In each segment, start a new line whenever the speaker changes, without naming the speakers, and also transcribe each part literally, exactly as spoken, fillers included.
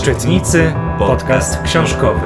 Czytnicy Podcast Książkowy.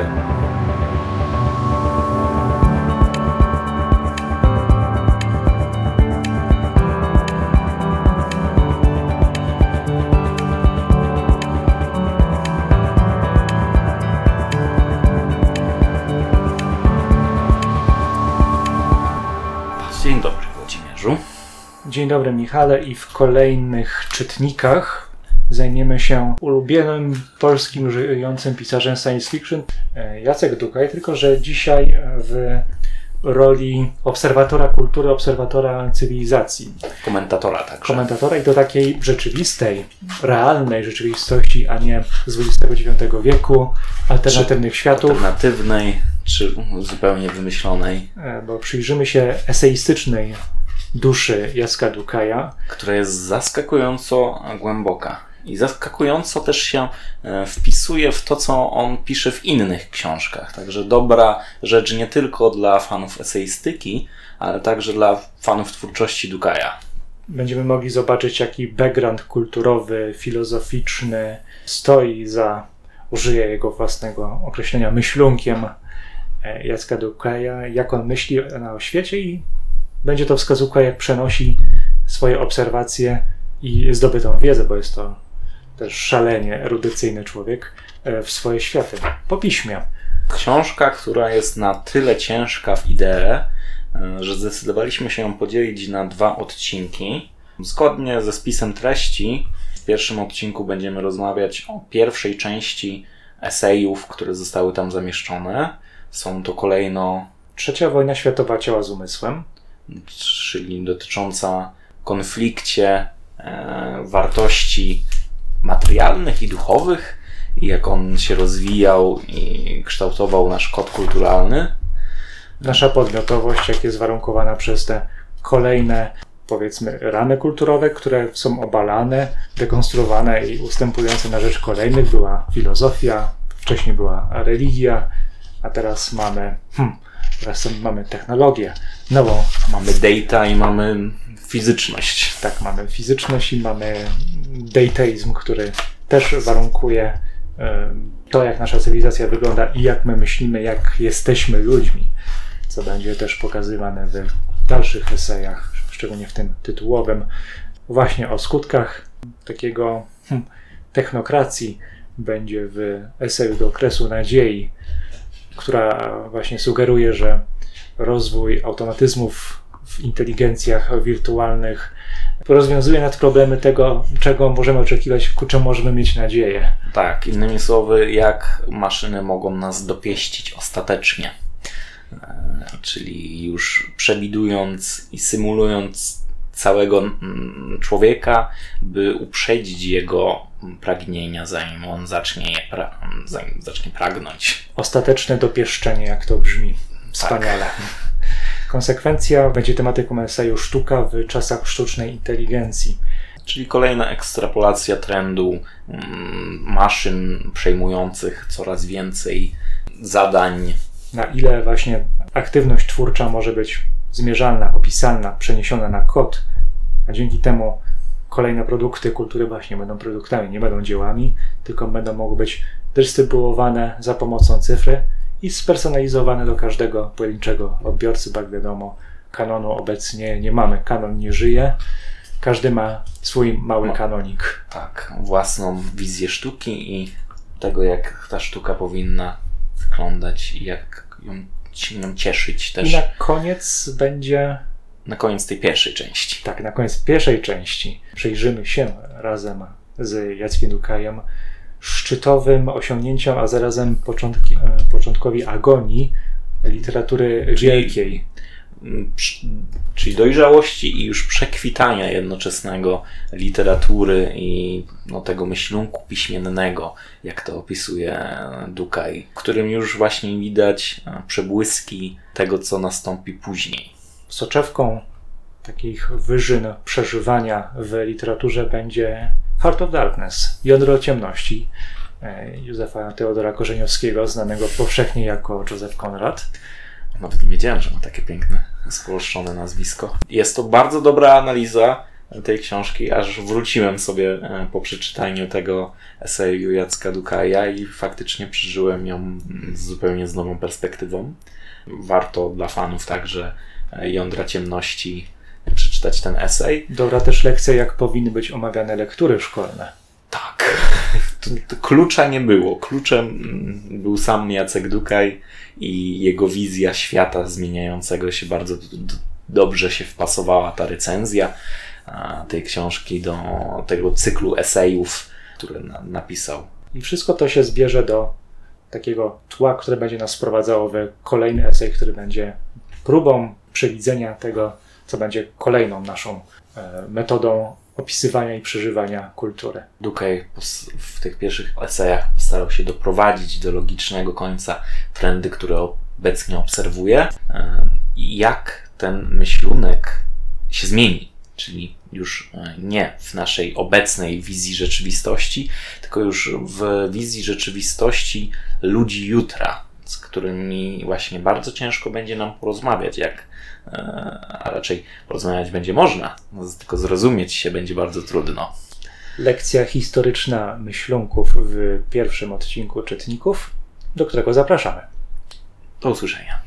Dzień dobry, Włodzimierzu.
Dzień dobry, Michale, i w kolejnych czytnikach zajmiemy się ulubionym polskim żyjącym pisarzem science fiction Jacek Dukaj, tylko że dzisiaj w roli obserwatora kultury, obserwatora cywilizacji.
Komentatora także.
Komentatora i do takiej rzeczywistej, realnej rzeczywistości, a nie z dwudziestego dziewiątego wieku, alternatywnych czy światów.
Alternatywnej, czy zupełnie wymyślonej.
Bo przyjrzymy się eseistycznej duszy Jacka Dukaja,
która jest zaskakująco głęboka i zaskakująco też się wpisuje w to, co on pisze w innych książkach. Także dobra rzecz nie tylko dla fanów eseistyki, ale także dla fanów twórczości Dukaja.
Będziemy mogli zobaczyć, jaki background kulturowy, filozoficzny stoi za, użyję jego własnego określenia, myślunkiem Jacka Dukaja, jak on myśli o świecie, i będzie to wskazówka, jak przenosi swoje obserwacje i zdobytą wiedzę, bo jest to też szalenie erudycyjny człowiek, w swoje światy, po piśmie.
Książka, która jest na tyle ciężka w idee, że zdecydowaliśmy się ją podzielić na dwa odcinki. Zgodnie ze spisem treści w pierwszym odcinku będziemy rozmawiać o pierwszej części esejów, które zostały tam zamieszczone. Są to kolejno
Trzecia wojna światowa ciała z umysłem,
czyli dotycząca konflikcie e, wartości materialnych i duchowych, i jak on się rozwijał i kształtował nasz kod kulturalny.
Nasza podmiotowość, jak jest warunkowana przez te kolejne, powiedzmy, ramy kulturowe, które są obalane, dekonstruowane i ustępujące na rzecz kolejnych. Była filozofia, wcześniej była religia, a teraz mamy hmm, teraz mamy technologię nową.
Mamy data i mamy fizyczność.
Tak, mamy fizyczność i mamy dataizm, który też warunkuje y, to, jak nasza cywilizacja wygląda i jak my myślimy, jak jesteśmy ludźmi, co będzie też pokazywane w dalszych esejach, szczególnie w tym tytułowym, właśnie o skutkach takiego hmm, technokracji. Będzie w eseju Do okresu nadziei, która właśnie sugeruje, że rozwój automatyzmów w inteligencjach wirtualnych rozwiązuje nad problemy tego, czego możemy oczekiwać, ku czemu możemy mieć nadzieję.
Tak, innymi słowy, jak maszyny mogą nas dopieścić ostatecznie. E, czyli już przewidując i symulując całego mm, człowieka, by uprzedzić jego pragnienia, zanim on zacznie, je pra- zanim zacznie pragnąć.
Ostateczne dopieszczenie, jak to brzmi. Wspaniale. Tak. Konsekwencja będzie tematyką eseju Sztuka w czasach sztucznej inteligencji.
Czyli kolejna ekstrapolacja trendu mm, maszyn przejmujących coraz więcej zadań.
Na ile właśnie aktywność twórcza może być zmierzalna, opisalna, przeniesiona na kod, a dzięki temu kolejne produkty kultury właśnie będą produktami, nie będą dziełami, tylko będą mogły być dystrybuowane za pomocą cyfry i spersonalizowane do każdego pojedynczego odbiorcy, bo jak wiadomo, kanonu obecnie nie mamy, kanon nie żyje, każdy ma swój mały kanonik.
Tak, własną wizję sztuki i tego, jak ta sztuka powinna wyglądać i jak ją, się nią cieszyć też.
I na koniec będzie...
Na koniec tej pierwszej części.
Tak, na koniec pierwszej części przyjrzymy się razem z Jackiem Dukajem szczytowym osiągnięciom, a zarazem początki, początkowi agonii literatury wielkiej.
Czyli dojrzałości i już przekwitania jednoczesnego literatury i no, tego myślunku piśmiennego, jak to opisuje Dukaj, w którym już właśnie widać przebłyski tego, co nastąpi później.
Soczewką takich wyżyn przeżywania w literaturze będzie Heart of Darkness, Jądro ciemności Józefa Teodora Korzeniowskiego, znanego powszechnie jako Józef Konrad.
Nawet nie wiedziałem, że ma takie piękne, spolszczone nazwisko. Jest to bardzo dobra analiza tej książki, aż wróciłem sobie po przeczytaniu tego eseju Jacka Dukaja i faktycznie przeżyłem ją z zupełnie z nową perspektywą. Warto dla fanów także Jądra Ciemności przeczytać ten esej.
Dobra też lekcja, jak powinny być omawiane lektury szkolne.
Tak. Klucza nie było. Kluczem był sam Jacek Dukaj i jego wizja świata zmieniającego się. Bardzo d- dobrze się wpasowała ta recenzja tej książki do tego cyklu esejów, który na- napisał.
I wszystko to się zbierze do takiego tła, które będzie nas wprowadzało w kolejny esej, który będzie próbą przewidzenia tego, co będzie kolejną naszą e, metodą opisywania i przeżywania kultury.
Dukaj pos- w tych pierwszych esejach postarał się doprowadzić do logicznego końca trendy, które obecnie obserwuje i jak ten myślunek się zmieni, czyli już nie w naszej obecnej wizji rzeczywistości, tylko już w wizji rzeczywistości ludzi jutra, z którymi właśnie bardzo ciężko będzie nam porozmawiać, jak a raczej porozmawiać będzie można, tylko zrozumieć się będzie bardzo trudno.
Lekcja historyczna myślunków w pierwszym odcinku Czytników, do którego zapraszamy.
Do usłyszenia.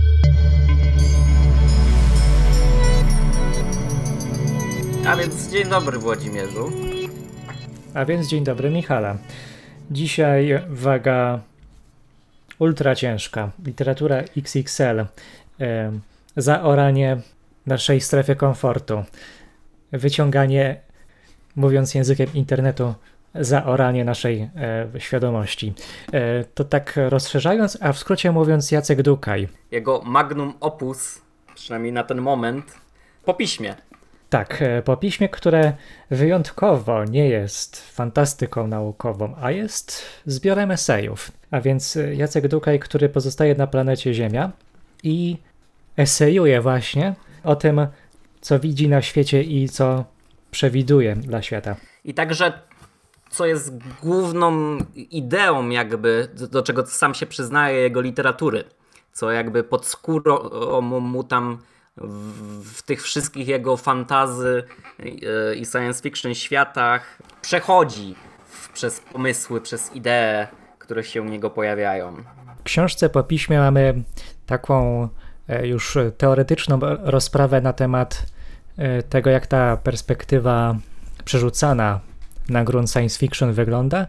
A więc dzień dobry, Włodzimierzu.
A więc dzień dobry, Michale. Dzisiaj waga ultra ciężka. Literatura X X L. Yy, zaoranie naszej strefy komfortu. Wyciąganie, mówiąc językiem internetu, zaoranie naszej e, świadomości. E, to tak rozszerzając, a w skrócie mówiąc, Jacek Dukaj.
Jego magnum opus, przynajmniej na ten moment, po piśmie.
Tak, e, po piśmie, które wyjątkowo nie jest fantastyką naukową, a jest zbiorem esejów. A więc Jacek Dukaj, który pozostaje na planecie Ziemia i esejuje właśnie o tym, co widzi na świecie i co przewiduje dla świata.
I także, co jest główną ideą jakby, do, do czego sam się przyznaje, jego literatury, co jakby pod skórą mu, mu tam w, w tych wszystkich jego fantazy i, i science fiction światach przechodzi w, przez pomysły, przez idee, które się u niego pojawiają.
W książce po piśmie mamy taką już teoretyczną rozprawę na temat tego, jak ta perspektywa przerzucana na grunt science fiction wygląda.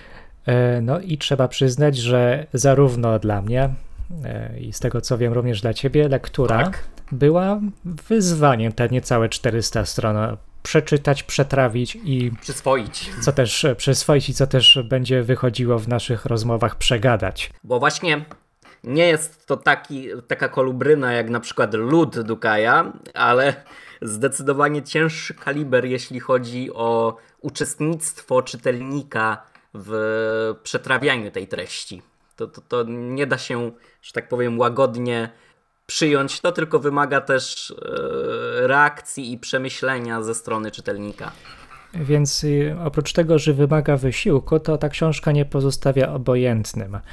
No i trzeba przyznać, że zarówno dla mnie i z tego co wiem również dla ciebie lektura
Tak.
była wyzwaniem, te niecałe czterysta stron. Przeczytać, przetrawić i
Przyswoić.
co też przyswoić i co też będzie wychodziło w naszych rozmowach przegadać.
Bo właśnie nie jest to taki, taka kolubryna jak na przykład Lud Dukaja, ale zdecydowanie cięższy kaliber, jeśli chodzi o uczestnictwo czytelnika w przetrawianiu tej treści. To, to, to nie da się, że tak powiem, łagodnie przyjąć, to tylko wymaga też e, reakcji i przemyślenia ze strony czytelnika.
Więc y, oprócz tego, że wymaga wysiłku, to ta książka nie pozostawia obojętnym y,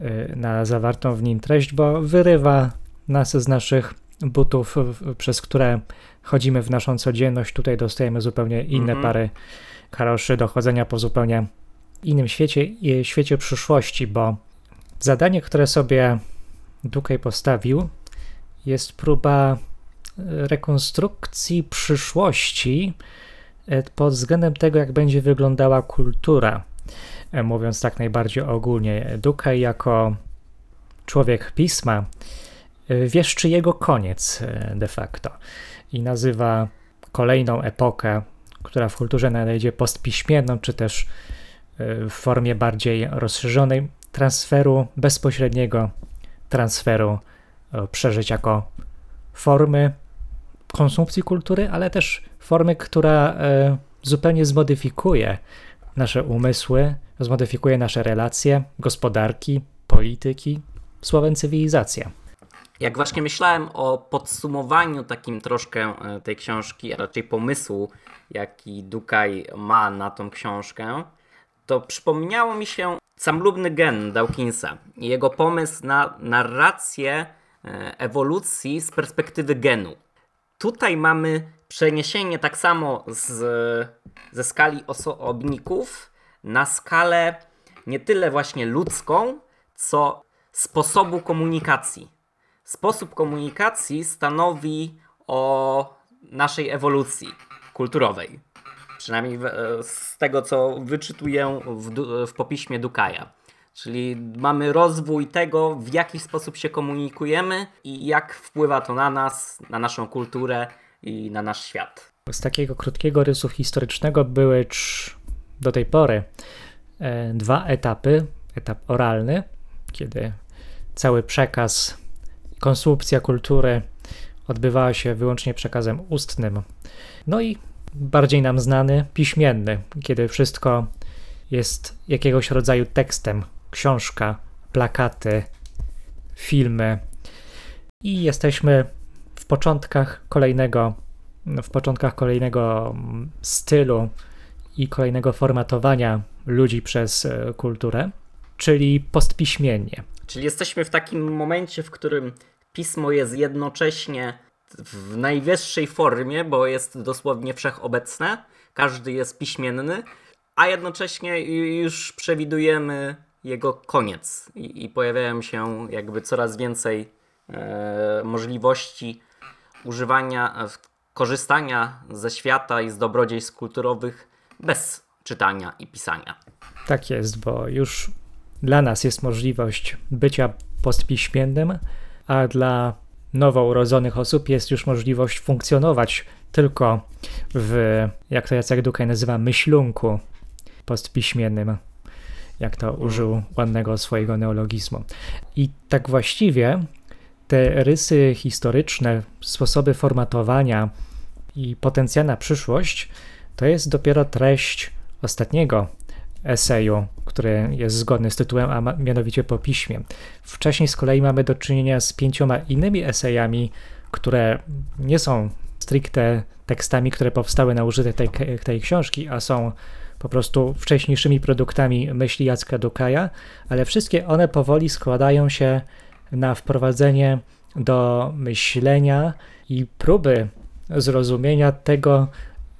na zawartą w nim treść, bo wyrywa nas z naszych butów, w, przez które chodzimy w naszą codzienność. Tutaj dostajemy zupełnie inne
Mhm.
pary kaloszy do chodzenia po zupełnie innym świecie i świecie przyszłości, bo zadanie, które sobie Dukaj postawił, jest próba rekonstrukcji przyszłości pod względem tego, jak będzie wyglądała kultura. Mówiąc tak najbardziej ogólnie, Dukaj jako człowiek pisma wieszczy jego koniec de facto i nazywa kolejną epokę, która w kulturze nadejdzie postpiśmienną, czy też w formie bardziej rozszerzonej transferu, bezpośredniego transferu przeżyć jako formy konsumpcji kultury, ale też formy, która zupełnie zmodyfikuje nasze umysły, zmodyfikuje nasze relacje, gospodarki, polityki, słowem cywilizacja.
Jak właśnie myślałem o podsumowaniu takim troszkę tej książki, a raczej pomysłu, jaki Dukaj ma na tą książkę, to przypomniało mi się Samlubny gen Dawkinsa i jego pomysł na narrację ewolucji z perspektywy genu. Tutaj mamy przeniesienie tak samo z, ze skali osobników na skalę nie tyle właśnie ludzką, co sposobu komunikacji. Sposób komunikacji stanowi o naszej ewolucji kulturowej. Przynajmniej z tego, co wyczytuję w, w popiśmie Dukaja. Czyli mamy rozwój tego, w jaki sposób się komunikujemy i jak wpływa to na nas, na naszą kulturę i na nasz świat.
Z takiego krótkiego rysu historycznego były trz, do tej pory e, dwa etapy. Etap oralny, kiedy cały przekaz, konsumpcja kultury odbywała się wyłącznie przekazem ustnym. No i bardziej nam znany piśmienny, kiedy wszystko jest jakiegoś rodzaju tekstem. Książka, plakaty, filmy i jesteśmy w początkach kolejnego, w początkach kolejnego stylu i kolejnego formatowania ludzi przez kulturę, czyli postpiśmiennie.
Czyli jesteśmy w takim momencie, w którym pismo jest jednocześnie w najwyższej formie, bo jest dosłownie wszechobecne, każdy jest piśmienny, a jednocześnie już przewidujemy jego koniec i, i pojawiają się jakby coraz więcej e, możliwości używania, e, korzystania ze świata i z dobrodziejstw kulturowych bez czytania i pisania.
Tak jest, bo już dla nas jest możliwość bycia postpiśmiennym, a dla nowo urodzonych osób jest już możliwość funkcjonować tylko w, jak to Jacek Dukaj nazywa, myślunku postpiśmiennym, jak to użył ładnego swojego neologizmu. I tak właściwie te rysy historyczne, sposoby formatowania i potencjalna przyszłość to jest dopiero treść ostatniego eseju, który jest zgodny z tytułem, a mianowicie po piśmie. Wcześniej z kolei mamy do czynienia z pięcioma innymi esejami, które nie są stricte tekstami, które powstały na użytek tej, tej książki, a są po prostu wcześniejszymi produktami myśli Jacka Dukaja, ale wszystkie one powoli składają się na wprowadzenie do myślenia i próby zrozumienia tego,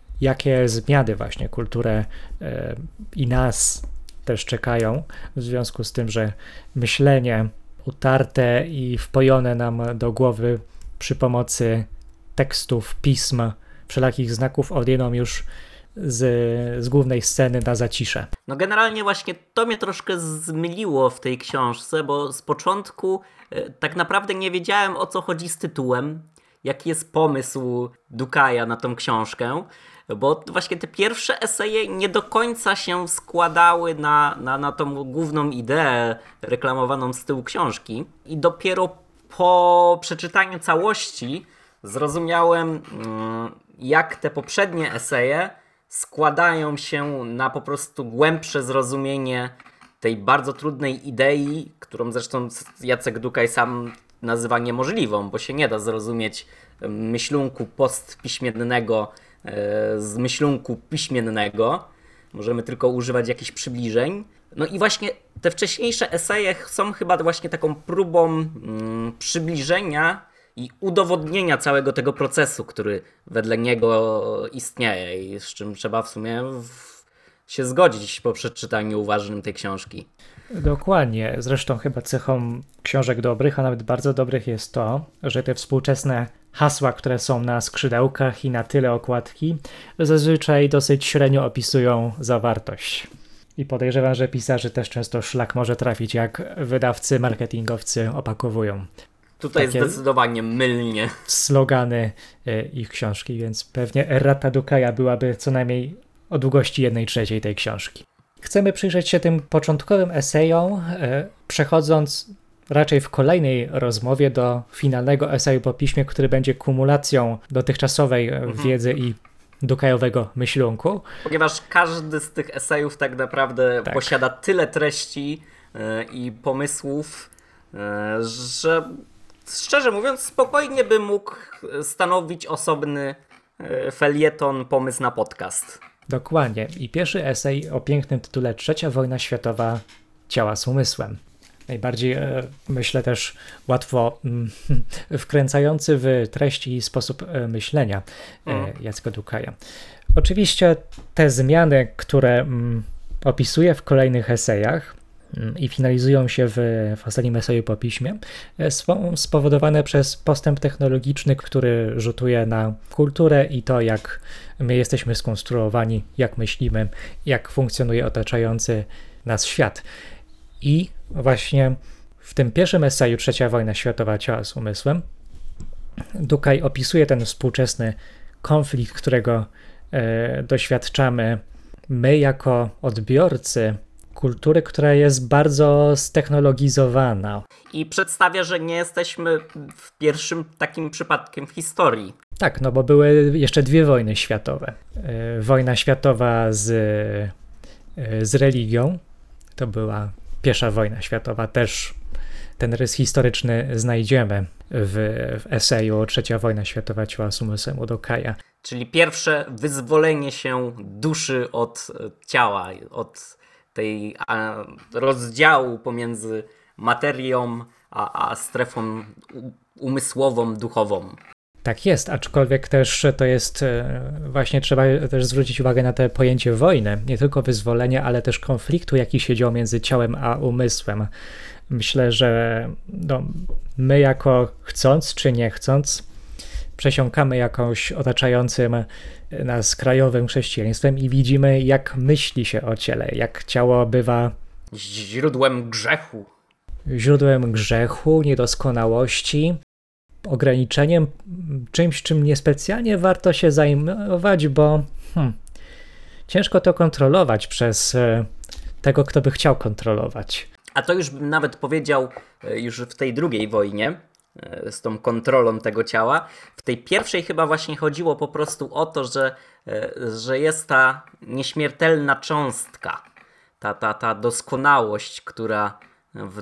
jakie zmiany właśnie kulturę e, i nas też czekają, w związku z tym, że myślenie utarte i wpojone nam do głowy przy pomocy tekstów, pism, wszelakich znaków odjędą już z, z głównej sceny na zacisze.
No generalnie właśnie to mnie troszkę zmyliło w tej książce, bo z początku e, tak naprawdę nie wiedziałem, o co chodzi z tytułem, jaki jest pomysł Dukaja na tą książkę, bo właśnie te pierwsze eseje nie do końca się składały na, na, na tą główną ideę reklamowaną z tyłu książki i dopiero po przeczytaniu całości zrozumiałem, jak te poprzednie eseje składają się na po prostu głębsze zrozumienie tej bardzo trudnej idei, którą zresztą Jacek Dukaj sam nazywa niemożliwą, bo się nie da zrozumieć myślunku postpiśmiennego z myślunku piśmiennego. Możemy tylko używać jakichś przybliżeń. No i właśnie te wcześniejsze eseje są chyba właśnie taką próbą mm, przybliżenia i udowodnienia całego tego procesu, który wedle niego istnieje i z czym trzeba w sumie w, się zgodzić po przeczytaniu uważnym tej książki.
Dokładnie. Zresztą chyba cechą książek dobrych, a nawet bardzo dobrych jest to, że te współczesne hasła, które są na skrzydełkach i na tyle okładki, zazwyczaj dosyć średnio opisują zawartość. I podejrzewam, że pisarzy też często szlak może trafić, jak wydawcy, marketingowcy opakowują
Tutaj
takie
zdecydowanie mylnie
slogany ich książki, więc pewnie errata Dukaja byłaby co najmniej o długości jednej trzeciej tej książki. Chcemy przyjrzeć się tym początkowym esejom, przechodząc raczej w kolejnej rozmowie do finalnego eseju po piśmie, który będzie kumulacją dotychczasowej mhm. wiedzy i Dukajowego myślunku.
Ponieważ każdy z tych esejów tak naprawdę tak. posiada tyle treści yy, i pomysłów, yy, że szczerze mówiąc spokojnie by mógł stanowić osobny yy, felieton, pomysł na podcast.
Dokładnie. I pierwszy esej o pięknym tytule Trzecia wojna światowa ciała z umysłem. najbardziej, e, myślę, też łatwo mm, wkręcający w treść i sposób e, myślenia e,
Mm.
Jacka Dukaja. Oczywiście te zmiany, które mm, opisuje w kolejnych esejach mm, i finalizują się w, w ostatnim eseju po piśmie, e, są spowodowane przez postęp technologiczny, który rzutuje na kulturę i to, jak my jesteśmy skonstruowani, jak myślimy, jak funkcjonuje otaczający nas świat. I właśnie w tym pierwszym eseju Trzecia wojna światowa, ciała z umysłem, Dukaj opisuje ten współczesny konflikt, którego e, doświadczamy my jako odbiorcy kultury, która jest bardzo ztechnologizowana.
I przedstawia, że nie jesteśmy w pierwszym takim przypadkiem w historii.
Tak, no bo były jeszcze dwie wojny światowe. E, Wojna światowa z, e, z religią, to była pierwsza wojna światowa, też ten rys historyczny znajdziemy w, w eseju Trzecia wojna światowa, ciała z umysłem u Dukaja.
Czyli pierwsze wyzwolenie się duszy od e, ciała, od tej a, rozdziału pomiędzy materią a, a strefą u, umysłową, duchową.
Tak jest, aczkolwiek też to jest, e, właśnie trzeba też zwrócić uwagę na te pojęcie wojny, nie tylko wyzwolenia, ale też konfliktu, jaki się dział między ciałem a umysłem. Myślę, że no, my jako chcąc czy nie chcąc przesiąkamy jakąś otaczającym nas krajowym chrześcijaństwem i widzimy, jak myśli się o ciele, jak ciało bywa
Źródłem grzechu.
źródłem grzechu, niedoskonałości, ograniczeniem, czymś, czym niespecjalnie warto się zajmować, bo hmm, ciężko to kontrolować przez e, tego, kto by chciał kontrolować.
A to już bym nawet powiedział e, już w tej drugiej wojnie, e, z tą kontrolą tego ciała. W tej pierwszej chyba właśnie chodziło po prostu o to, że, e, że jest ta nieśmiertelna cząstka, ta, ta, ta doskonałość, która w,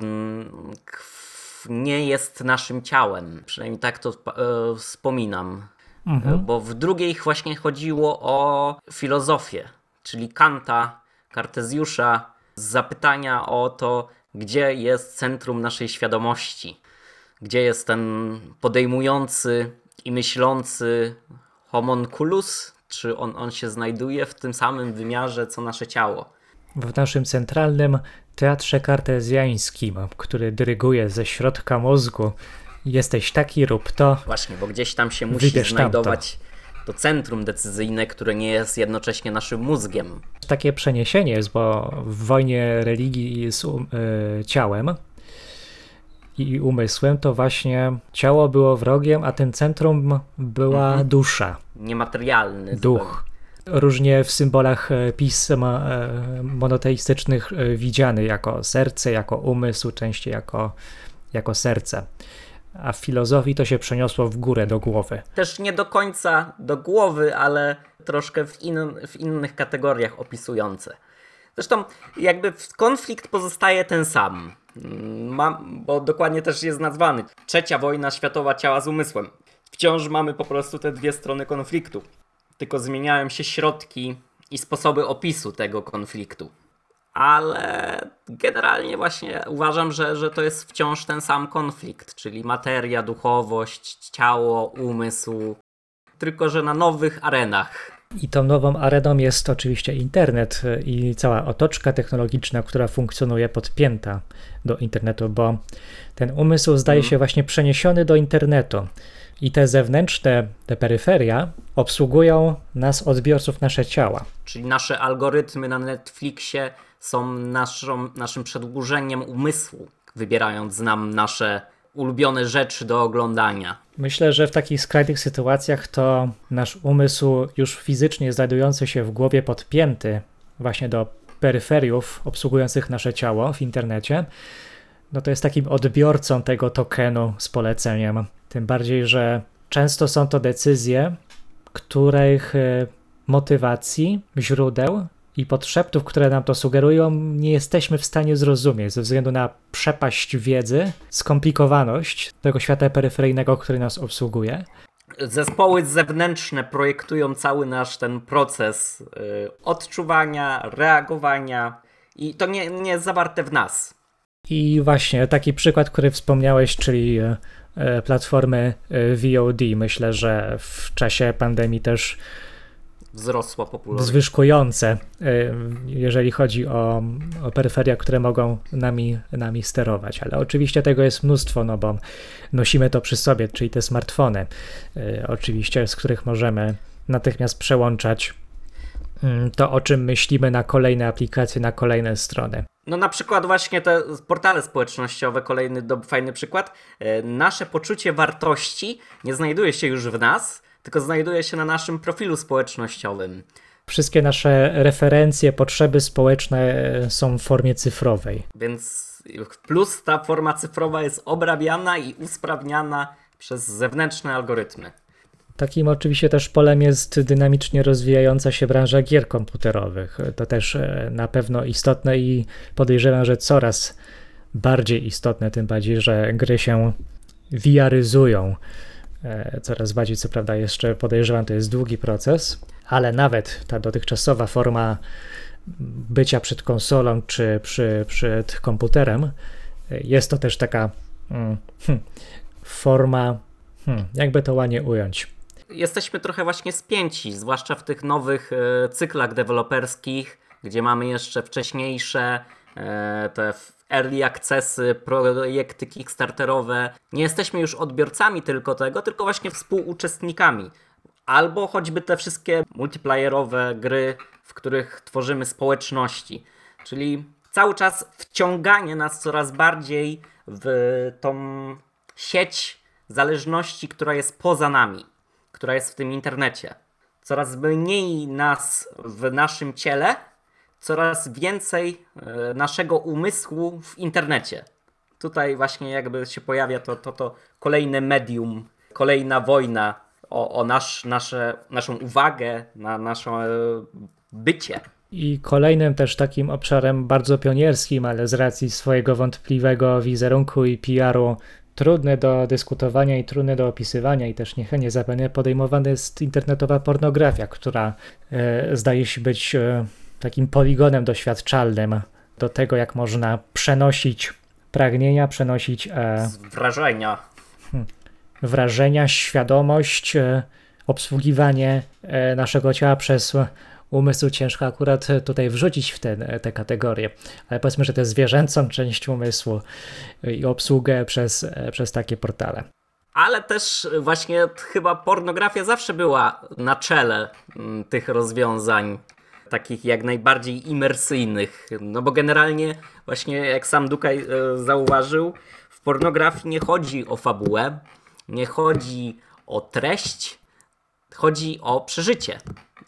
w, nie jest naszym ciałem. Przynajmniej tak to e, wspominam.
Mhm.
E, Bo w drugiej właśnie chodziło o filozofię, czyli Kanta, Kartezjusza, z zapytania o to, gdzie jest centrum naszej świadomości, gdzie jest ten podejmujący i myślący homunculus, czy on, on się znajduje w tym samym wymiarze, co nasze ciało.
W naszym centralnym teatrze kartezjańskim, który dyryguje ze środka mózgu, jesteś taki, rób to.
Właśnie, bo gdzieś tam się musi
Wybierz
znajdować to centrum decyzyjne, które nie jest jednocześnie naszym mózgiem.
Takie przeniesienie jest, bo w wojnie religii z um, y, ciałem i umysłem to właśnie ciało było wrogiem, a tym centrum była
Mhm.
dusza,
Niematerialny.
duch. Różnie w symbolach e, pism e, monoteistycznych e, widziany jako serce, jako umysł, częściej jako, jako serce. A w filozofii to się przeniosło w górę do głowy.
Też nie do końca do głowy, ale troszkę w, in, w innych kategoriach opisujące. Zresztą jakby konflikt pozostaje ten sam, Ma, bo dokładnie też jest nazwany. Trzecia wojna światowa, ciała z umysłem. Wciąż mamy po prostu te dwie strony konfliktu. Tylko zmieniają się środki i sposoby opisu tego konfliktu. Ale generalnie właśnie uważam, że, że to jest wciąż ten sam konflikt, czyli materia, duchowość, ciało, umysł, tylko że na nowych arenach.
I tą nową areną jest oczywiście internet i cała otoczka technologiczna, która funkcjonuje podpięta do internetu, bo ten umysł zdaje
Mhm.
się właśnie przeniesiony do internetu. I te zewnętrzne, te peryferia obsługują nas, odbiorców, nasze ciała.
Czyli nasze algorytmy na Netflixie są naszą, naszym przedłużeniem umysłu, wybierając nam nasze ulubione rzeczy do oglądania.
Myślę, że w takich skrajnych sytuacjach to nasz umysł już fizycznie znajdujący się w głowie podpięty właśnie do peryferiów obsługujących nasze ciało w internecie, no to jest takim odbiorcą tego tokenu z poleceniem. Tym bardziej, że często są to decyzje, których y, motywacji, źródeł i podszeptów, które nam to sugerują, nie jesteśmy w stanie zrozumieć ze względu na przepaść wiedzy, skomplikowaność tego świata peryferyjnego, który nas obsługuje.
Zespoły zewnętrzne projektują cały nasz ten proces y, odczuwania, reagowania i to nie, nie jest zawarte w nas.
I właśnie taki przykład, który wspomniałeś, czyli e, platformy e, V O D. Myślę, że w czasie pandemii też
Wzrosła popularność.
zwyżkujące, e, jeżeli chodzi o, o peryferia, które mogą nami, nami sterować. Ale oczywiście tego jest mnóstwo, no bo nosimy to przy sobie, czyli te smartfony, e, oczywiście, z których możemy natychmiast przełączać to, o czym myślimy, na kolejne aplikacje, na kolejne strony.
No na przykład właśnie te portale społecznościowe, kolejny do, fajny przykład. E, nasze poczucie wartości nie znajduje się już w nas, tylko znajduje się na naszym profilu społecznościowym.
Wszystkie nasze referencje, potrzeby społeczne są w formie cyfrowej.
Więc plus ta forma cyfrowa jest obrabiana i usprawniana przez zewnętrzne algorytmy.
Takim oczywiście też polem jest dynamicznie rozwijająca się branża gier komputerowych. To też na pewno istotne i podejrzewam, że coraz bardziej istotne, tym bardziej, że gry się wiaryzują. Coraz bardziej, co prawda jeszcze podejrzewam, to jest długi proces, ale nawet ta dotychczasowa forma bycia przed konsolą czy przy, przed komputerem, jest to też taka hmm, forma, hmm, jakby to ładnie ująć.
Jesteśmy trochę właśnie spięci, zwłaszcza w tych nowych e, cyklach deweloperskich, gdzie mamy jeszcze wcześniejsze e, te early accessy, projekty kickstarterowe. Nie jesteśmy już odbiorcami tylko tego, tylko właśnie współuczestnikami. Albo choćby te wszystkie multiplayerowe gry, w których tworzymy społeczności. Czyli cały czas wciąganie nas coraz bardziej w tą sieć zależności, która jest poza nami, która jest w tym internecie. Coraz mniej nas w naszym ciele, coraz więcej e, naszego umysłu w internecie. Tutaj właśnie jakby się pojawia to, to, to kolejne medium, kolejna wojna o, o nasz, nasze, naszą uwagę, na nasze e, bycie.
I kolejnym też takim obszarem bardzo pionierskim, ale z racji swojego wątpliwego wizerunku i P R-u trudny do dyskutowania i trudny do opisywania i też niechętnie zapewne podejmowana jest internetowa pornografia, która e, zdaje się być e, takim poligonem doświadczalnym do tego, jak można przenosić pragnienia, przenosić e,
wrażenia.
Hmm, wrażenia, świadomość, e, obsługiwanie e, naszego ciała przez umysł. Ciężko akurat tutaj wrzucić w ten, te kategorie, ale powiedzmy, że tę zwierzęcą część umysłu i obsługę przez, przez takie portale.
Ale też właśnie chyba pornografia zawsze była na czele m, tych rozwiązań, takich jak najbardziej imersyjnych. No bo generalnie właśnie jak sam Dukaj e, zauważył, w pornografii nie chodzi o fabułę, nie chodzi o treść, chodzi o przeżycie.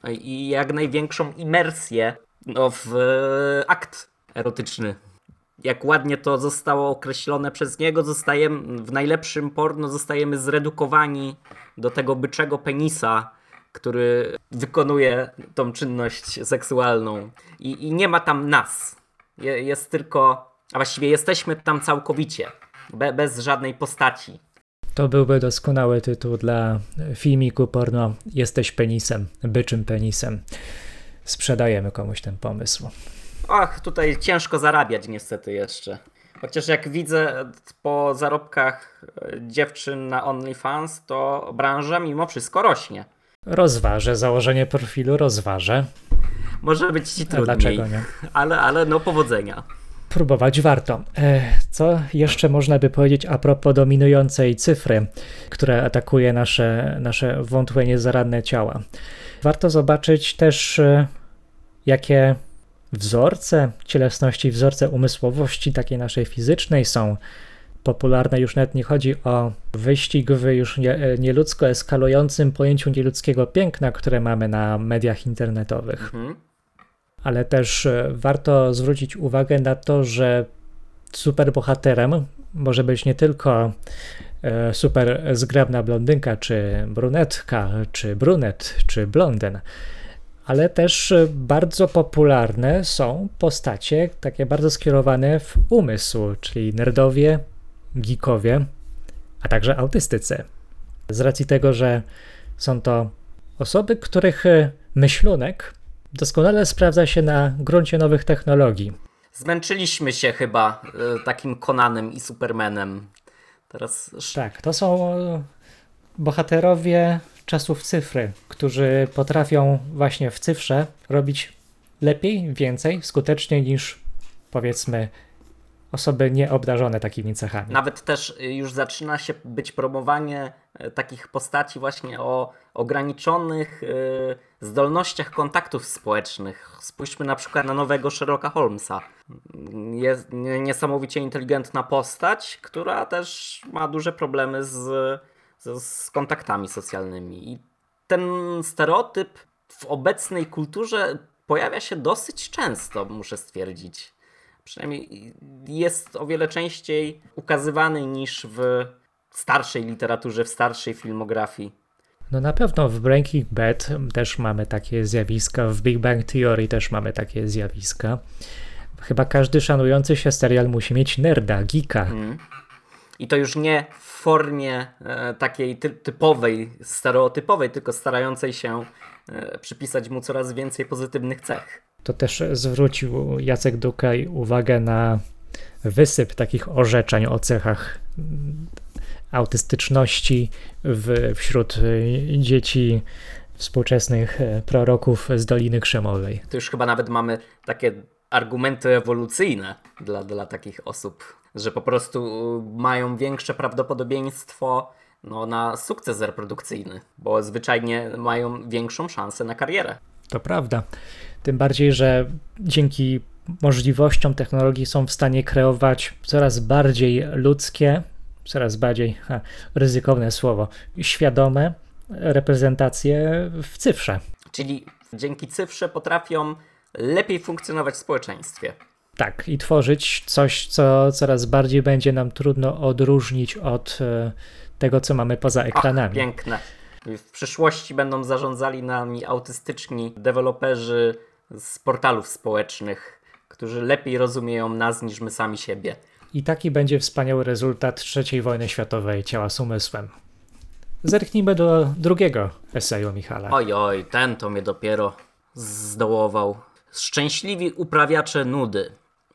I jak największą imersję no, w e, akt erotyczny. Jak ładnie to zostało określone przez niego, zostajemy w najlepszym porno zostajemy zredukowani do tego byczego penisa, który wykonuje tą czynność seksualną. I, i nie ma tam nas. Je, jest tylko, a właściwie jesteśmy tam całkowicie, be, bez żadnej postaci.
To byłby doskonały tytuł dla filmiku porno Jesteś penisem, byczym penisem. Sprzedajemy komuś ten pomysł.
Ach, tutaj ciężko zarabiać niestety jeszcze. Chociaż jak widzę po zarobkach dziewczyn na OnlyFans, to branża mimo wszystko rośnie.
Rozważę założenie profilu, rozważę.
Może być ci trudniej.
A dlaczego nie?
Ale, ale no powodzenia.
Próbować warto. Co jeszcze można by powiedzieć a propos dominującej cyfry, która atakuje nasze, nasze wątłe, niezaradne ciała? Warto zobaczyć też, jakie wzorce cielesności, wzorce umysłowości takiej naszej fizycznej są popularne. Już nawet nie chodzi o wyścig w już nie, nieludzko eskalującym pojęciu nieludzkiego piękna, które mamy na mediach internetowych. Mhm. Ale też warto zwrócić uwagę na to, że superbohaterem może być nie tylko super zgrabna blondynka, czy brunetka, czy brunet, czy blondyn, ale też bardzo popularne są postacie takie bardzo skierowane w umysł, czyli nerdowie, geekowie, a także autystycy. Z racji tego, że są to osoby, których myślunek doskonale sprawdza się na gruncie nowych technologii.
Zmęczyliśmy się chyba y, takim Conanem i Supermanem. Teraz
Tak, to są bohaterowie czasów cyfry, którzy potrafią właśnie w cyfrze robić lepiej, więcej, skuteczniej niż powiedzmy osoby nieobdarzone takimi cechami.
nawet też już zaczyna się być promowanie e, takich postaci właśnie o ograniczonych e, zdolnościach kontaktów społecznych. Spójrzmy na przykład na nowego Sherlocka Holmesa. Jest nie- niesamowicie inteligentna postać, która też ma duże problemy z, z, z kontaktami socjalnymi. I ten stereotyp w obecnej kulturze pojawia się dosyć często, muszę stwierdzić. Przynajmniej jest o wiele częściej ukazywany niż w starszej literaturze, w starszej filmografii.
No na pewno w Breaking Bad też mamy takie zjawiska, w Big Bang Theory też mamy takie zjawiska. Chyba każdy szanujący się serial musi mieć nerda, geeka.
Mm. I to już nie w formie e, takiej ty- typowej, stereotypowej, tylko starającej się e, przypisać mu coraz więcej pozytywnych cech.
To też zwrócił Jacek Dukaj uwagę na wysyp takich orzeczeń o cechach mm, autystyczności w, wśród y, dzieci współczesnych y, proroków z Doliny Krzemowej.
To już chyba nawet mamy takie argumenty ewolucyjne dla, dla takich osób, że po prostu mają większe prawdopodobieństwo no, na sukces reprodukcyjny, bo zwyczajnie mają większą szansę na karierę.
To prawda. Tym bardziej, że dzięki możliwościom technologii są w stanie kreować coraz bardziej ludzkie, coraz bardziej ha, ryzykowne słowo, świadome reprezentacje w cyfrze.
Czyli dzięki cyfrze potrafią lepiej funkcjonować w społeczeństwie.
Tak, i tworzyć coś, co coraz bardziej będzie nam trudno odróżnić od e, tego, co mamy poza
Ach,
ekranami.
piękne. W przyszłości będą zarządzali nami autystyczni deweloperzy z portalów społecznych, którzy lepiej rozumieją nas niż my sami siebie.
I taki będzie wspaniały rezultat trzeciej wojny światowej ciała z umysłem. Zerknijmy do drugiego eseju Michala.
Oj, oj, ten to mnie dopiero zdołował. Szczęśliwi uprawiacze nudy.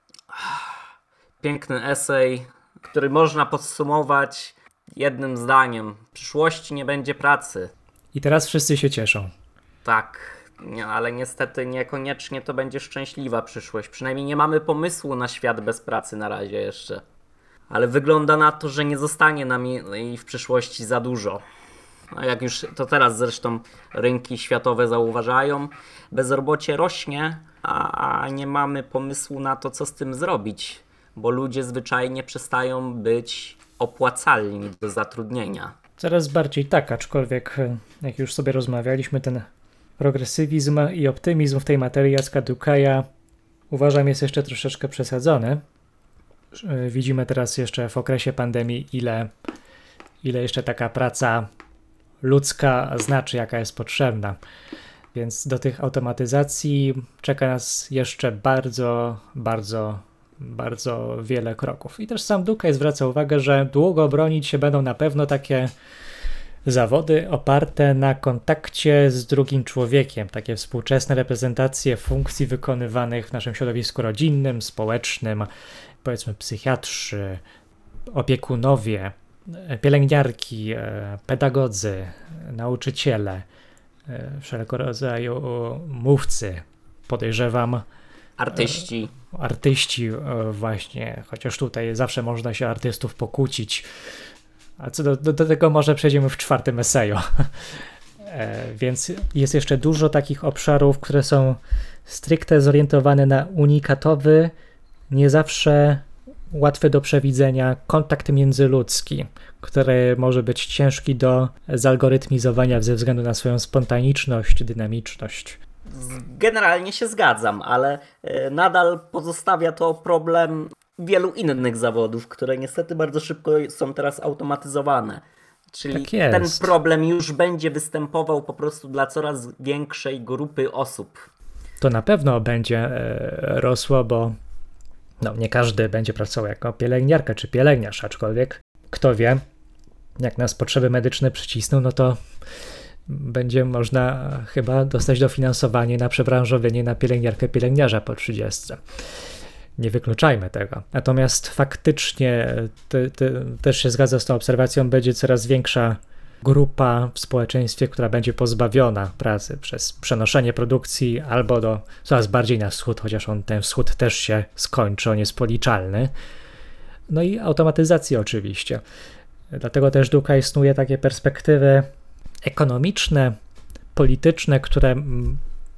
Piękny esej, który można podsumować jednym zdaniem. W przyszłości nie będzie pracy.
I teraz wszyscy się cieszą.
Tak, nie, ale niestety niekoniecznie to będzie szczęśliwa przyszłość. Przynajmniej nie mamy pomysłu na świat bez pracy na razie jeszcze. Ale wygląda na to, że nie zostanie nam jej w przyszłości za dużo. A jak już to teraz zresztą rynki światowe zauważają, bezrobocie rośnie, a, a nie mamy pomysłu na to, co z tym zrobić, bo ludzie zwyczajnie przestają być opłacalni do zatrudnienia.
Coraz bardziej tak, aczkolwiek e, jak już sobie rozmawialiśmy, ten progresywizm i optymizm w tej materii Jacka Dukaja uważam jest jeszcze troszeczkę przesadzony. E, Widzimy teraz jeszcze w okresie pandemii, ile, ile jeszcze taka praca ludzka znaczy, jaka jest potrzebna. Więc do tych automatyzacji czeka nas jeszcze bardzo, bardzo, bardzo wiele kroków. I też sam Dukaj zwraca uwagę, że długo bronić się będą na pewno takie zawody oparte na kontakcie z drugim człowiekiem, takie współczesne reprezentacje funkcji wykonywanych w naszym środowisku rodzinnym, społecznym, powiedzmy psychiatrzy, opiekunowie, pielęgniarki, pedagodzy, nauczyciele, wszelkiego rodzaju mówcy, podejrzewam,
Artyści.
artyści właśnie, chociaż tutaj zawsze można się artystów pokłócić, a co do, do, do tego może przejdziemy w czwartym eseju. E, więc jest jeszcze dużo takich obszarów, które są stricte zorientowane na unikatowy, nie zawsze łatwy do przewidzenia kontakt międzyludzki, który może być ciężki do zalgorytmizowania ze względu na swoją spontaniczność, dynamiczność.
Generalnie się zgadzam, ale e, nadal pozostawia to problem wielu innych zawodów, które niestety bardzo szybko są teraz automatyzowane. Czyli
Tak jest.
ten problem już będzie występował po prostu dla coraz większej grupy osób.
To na pewno będzie e, rosło, bo no, nie każdy będzie pracował jako pielęgniarka czy pielęgniarz, aczkolwiek kto wie, jak nas potrzeby medyczne przycisną, no to będzie można chyba dostać dofinansowanie na przebranżowienie na pielęgniarkę, pielęgniarza po trzydziestce. Nie wykluczajmy tego. Natomiast faktycznie ty, ty, też się zgadza z tą obserwacją, będzie coraz większa grupa w społeczeństwie, która będzie pozbawiona pracy przez przenoszenie produkcji albo do coraz bardziej na wschód, chociaż on ten wschód też się skończy, on jest policzalny. No i automatyzacja oczywiście. Dlatego też Dukaj snuje takie perspektywy ekonomiczne, polityczne, które m,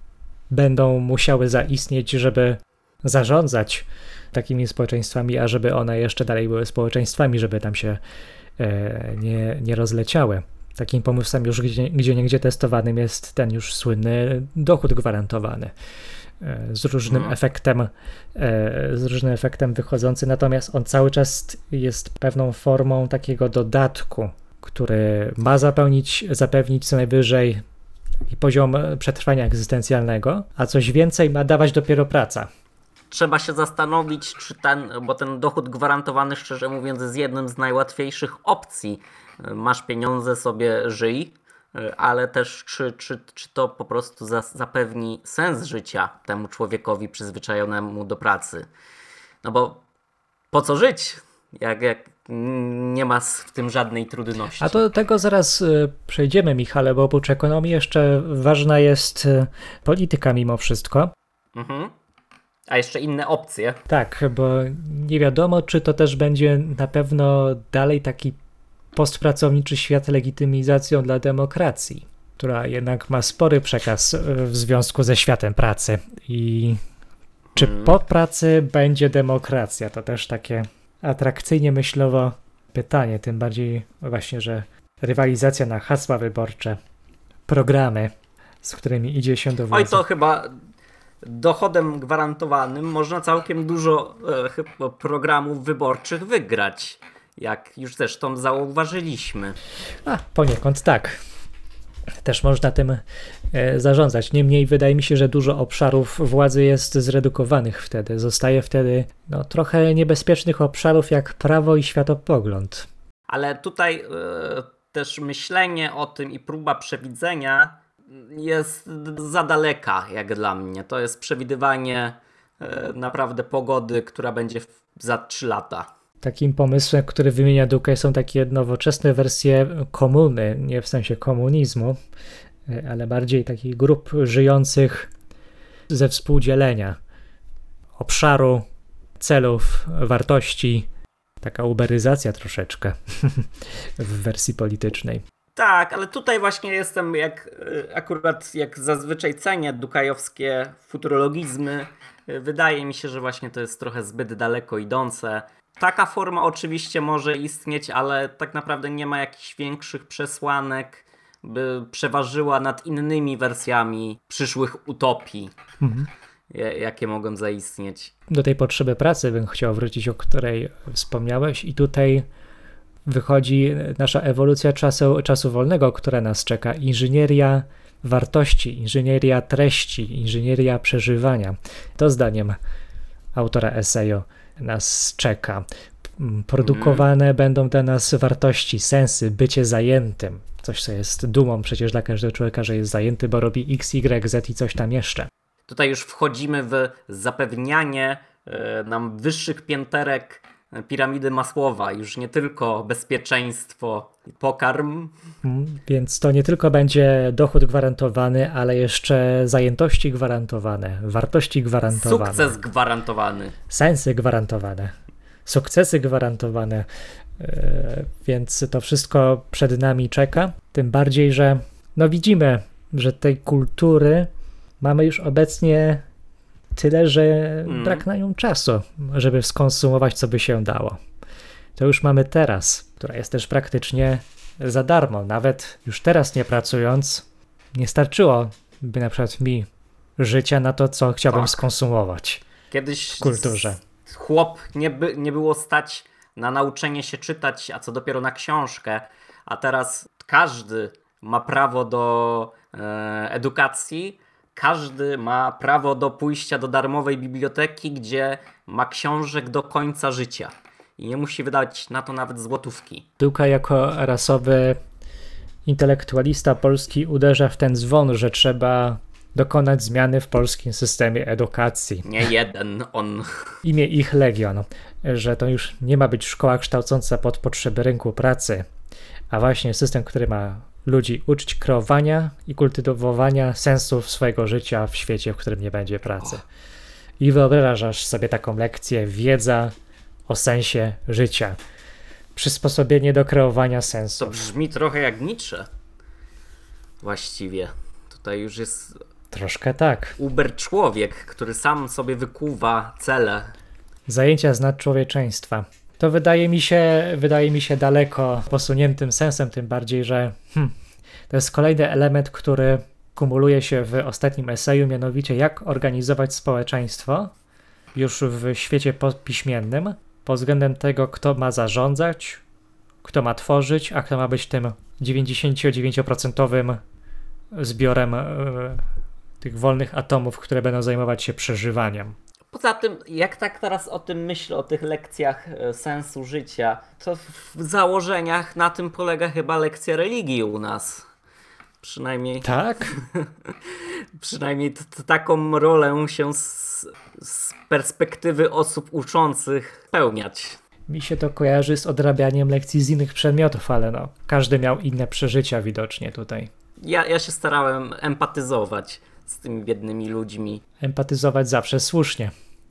będą musiały zaistnieć, żeby zarządzać takimi społeczeństwami, a żeby one jeszcze dalej były społeczeństwami, żeby tam się e, nie, nie rozleciały. Takim pomysłem już gdzie, gdzie niegdzie testowanym jest ten już słynny dochód gwarantowany e, z różnym
Mhm.
efektem e, z różnym efektem wychodzący, natomiast on cały czas jest pewną formą takiego dodatku, który ma zapełnić, zapewnić co najwyżej taki poziom przetrwania egzystencjalnego, a coś więcej ma dawać dopiero praca.
Trzeba się zastanowić, czy ten, bo ten dochód gwarantowany, szczerze mówiąc, jest jednym z najłatwiejszych opcji. Masz pieniądze, sobie żyj, ale też czy, czy, czy to po prostu za, zapewni sens życia temu człowiekowi przyzwyczajonemu do pracy. No bo po co żyć, jak, jak nie ma w tym żadnej trudności.
A to do tego zaraz y, przejdziemy, Michale, bo oprócz ekonomii jeszcze ważna jest y, polityka mimo wszystko.
Mhm. A jeszcze inne opcje.
Tak, bo nie wiadomo, czy to też będzie na pewno dalej taki postpracowniczy świat legitymizacją dla demokracji, która jednak ma spory przekaz y, w związku ze światem pracy. I czy
Hmm.
po pracy będzie demokracja? To też takie atrakcyjnie myślowo pytanie, tym bardziej właśnie, że rywalizacja na hasła wyborcze, programy, z którymi idzie się do władzy.
Oj, to chyba dochodem gwarantowanym można całkiem dużo e, chyba programów wyborczych wygrać, jak już zresztą zauważyliśmy.
A, poniekąd tak. Też można tym e, zarządzać. Niemniej wydaje mi się, że dużo obszarów władzy jest zredukowanych wtedy. Zostaje wtedy no, trochę niebezpiecznych obszarów jak prawo i światopogląd.
Ale tutaj e, też myślenie o tym i próba przewidzenia jest za daleka, jak dla mnie. To jest przewidywanie e, naprawdę pogody, która będzie w, za trzy lata.
Takim pomysłem, który wymienia Dukaj, są takie nowoczesne wersje komuny, nie w sensie komunizmu, e, ale bardziej takich grup żyjących ze współdzielenia obszaru, celów, wartości. Taka uberyzacja troszeczkę w wersji politycznej.
Tak, ale tutaj właśnie jestem jak y, akurat jak zazwyczaj cenię dukajowskie futurologizmy. Y, Wydaje mi się, że właśnie to jest trochę zbyt daleko idące. Taka forma oczywiście może istnieć, ale tak naprawdę nie ma jakichś większych przesłanek, by przeważyła nad innymi wersjami przyszłych utopii,
Mhm.
ja- jakie mogą zaistnieć.
Do tej potrzeby pracy bym chciał wrócić, o której wspomniałeś, i tutaj wychodzi nasza ewolucja czasu, czasu wolnego, która nas czeka. Inżynieria wartości, inżynieria treści, inżynieria przeżywania. To zdaniem autora eseju nas czeka. Produkowane mm. będą dla nas wartości, sensy, bycie zajętym. Coś, co jest dumą przecież dla każdego człowieka, że jest zajęty, bo robi X, Y, Z i coś tam jeszcze.
Tutaj już wchodzimy w zapewnianie e, nam wyższych pięterek piramidy Masłowa. Już nie tylko bezpieczeństwo, pokarm.
Mm, Więc to nie tylko będzie dochód gwarantowany, ale jeszcze zajętości gwarantowane, wartości gwarantowane,
Sukces gwarantowany.
sensy gwarantowane, sukcesy gwarantowane. Yy, Więc to wszystko przed nami czeka. Tym bardziej, że no widzimy, że tej kultury mamy już obecnie tyle, że
Mm.
brak na nią czasu, żeby skonsumować, co by się dało. To już mamy teraz, która jest też praktycznie za darmo. Nawet już teraz nie pracując, nie starczyło by na przykład mi życia na to, co chciałbym
Tak.
skonsumować
Kiedyś
w kulturze.
s- chłop nie, by, nie było stać na nauczenie się czytać, a co dopiero na książkę, a teraz każdy ma prawo do e, edukacji, każdy ma prawo do pójścia do darmowej biblioteki, gdzie ma książek do końca życia i nie musi wydać na to nawet złotówki.
Dukaj jako rasowy intelektualista polski uderza w ten dzwon, że trzeba dokonać zmiany w polskim systemie edukacji.
Nie jeden on.
Imię ich Legion, że to już nie ma być szkoła kształcąca pod potrzeby rynku pracy, a właśnie system, który ma ludzi uczyć kreowania i kultywowania sensów swojego życia w świecie, w którym nie będzie pracy. I wyobrażasz sobie taką lekcję wiedza o sensie życia. Przysposobienie do kreowania
To
sensu.
brzmi trochę jak Nietzsche. Właściwie. Tutaj już jest
Troszkę tak.
uber człowiek, który sam sobie wykuwa cele.
Zajęcia z nadczłowieczeństwa. To wydaje mi się, wydaje mi się daleko posuniętym sensem, tym bardziej, że hmm, to jest kolejny element, który kumuluje się w ostatnim eseju, mianowicie jak organizować społeczeństwo już w świecie popiśmiennym pod względem tego, kto ma zarządzać, kto ma tworzyć, a kto ma być tym dziewięćdziesiąt dziewięć procent zbiorem e, tych wolnych atomów, które będą zajmować się przeżywaniem.
Poza tym, jak tak teraz o tym myślę, o tych lekcjach e, sensu życia, to w założeniach na tym polega chyba lekcja religii u nas. Przynajmniej,
Tak?
przynajmniej t- t- taką rolę się z, z perspektywy osób uczących spełniać.
Mi się to kojarzy z odrabianiem lekcji z innych przedmiotów, ale no, każdy miał inne przeżycia widocznie tutaj.
Ja, ja się starałem empatyzować z tymi biednymi ludźmi.
Empatyzować zawsze słusznie.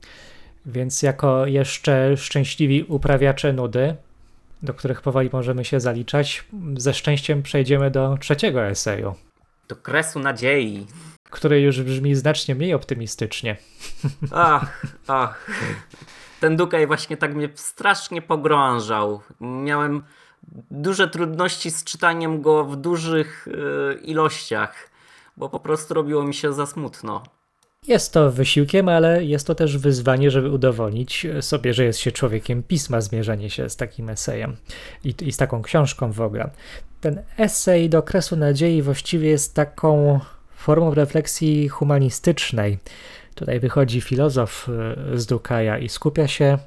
Więc jako jeszcze szczęśliwi uprawiacze nudy, do których powoli możemy się zaliczać, ze szczęściem przejdziemy do trzeciego eseju,
Do kresu nadziei.
który już brzmi znacznie mniej optymistycznie.
Ach, ach. Ten Dukaj właśnie tak mnie strasznie pogrążał. Miałem duże trudności z czytaniem go w dużych yy, ilościach, bo po prostu robiło mi się za smutno.
Jest to wysiłkiem, ale jest to też wyzwanie, żeby udowodnić sobie, że jest się człowiekiem pisma, zmierzenie się z takim esejem i, i z taką książką w ogóle. Ten esej do kresu nadziei właściwie jest taką formą refleksji humanistycznej. Tutaj wychodzi filozof z Dukaja i skupia się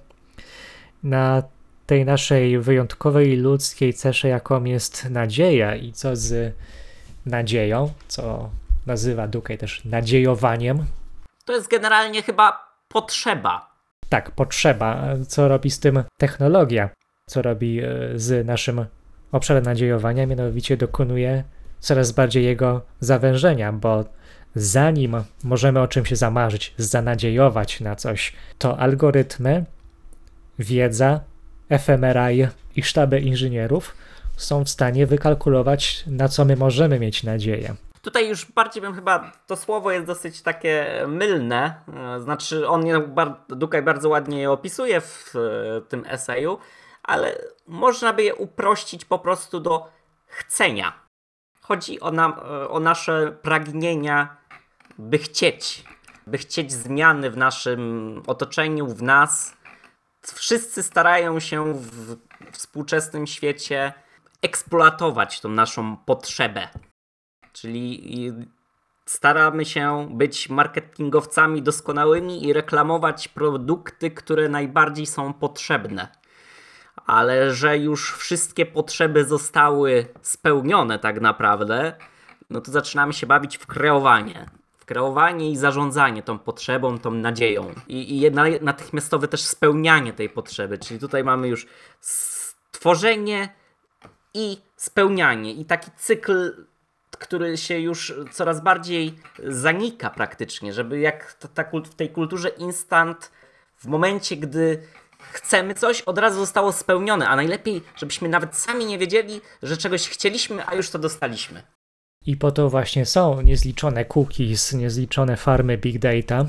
na tej naszej wyjątkowej ludzkiej cesze, jaką jest nadzieja i co z nadzieją, co nazywa Dukaj też nadziejowaniem.
To jest generalnie chyba potrzeba.
Tak, potrzeba. Co robi z tym technologia? Co robi z naszym obszarem nadziejowania? Mianowicie dokonuje coraz bardziej jego zawężenia, bo zanim możemy o czymś zamarzyć, zanadziejować na coś, to algorytmy, wiedza, efemeraj i sztaby inżynierów są w stanie wykalkulować, na co my możemy mieć nadzieję.
Tutaj już bardziej bym chyba, to słowo jest dosyć takie mylne, e, znaczy on je, bar, Dukaj bardzo ładnie je opisuje w e, tym eseju, ale można by je uprościć po prostu do chcenia. Chodzi o, nam, e, o nasze pragnienia, by chcieć, by chcieć zmiany w naszym otoczeniu, w nas. Wszyscy starają się w współczesnym świecie eksploatować tą naszą potrzebę. Czyli staramy się być marketingowcami doskonałymi i reklamować produkty, które najbardziej są potrzebne. Ale że już wszystkie potrzeby zostały spełnione tak naprawdę, no to zaczynamy się bawić w kreowanie. W kreowanie i zarządzanie tą potrzebą, tą nadzieją. I, i natychmiastowe też spełnianie tej potrzeby. Czyli tutaj mamy już stworzenie i spełnianie. I taki cykl, który się już coraz bardziej zanika praktycznie, żeby jak ta, ta, w tej kulturze instant, w momencie, gdy chcemy coś, od razu zostało spełnione, a najlepiej, żebyśmy nawet sami nie wiedzieli, że czegoś chcieliśmy, a już to dostaliśmy.
I po to właśnie są niezliczone cookies, niezliczone farmy big data,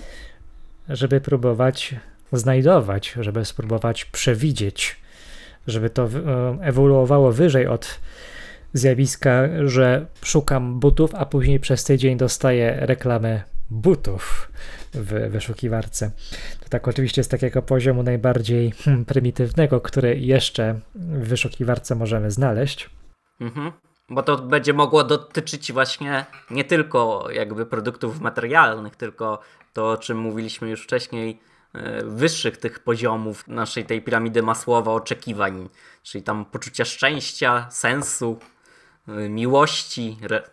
żeby próbować znajdować, żeby spróbować przewidzieć, żeby to ewoluowało wyżej od zjawiska, że szukam butów, a później przez tydzień dostaję reklamę butów w wyszukiwarce. To tak oczywiście z takiego poziomu najbardziej hmm, prymitywnego, który jeszcze w wyszukiwarce możemy znaleźć.
Mhm. Bo to będzie mogło dotyczyć właśnie nie tylko jakby produktów materialnych, tylko to, o czym mówiliśmy już wcześniej, wyższych tych poziomów naszej tej piramidy Masłowa oczekiwań, czyli tam poczucia szczęścia, sensu, miłości.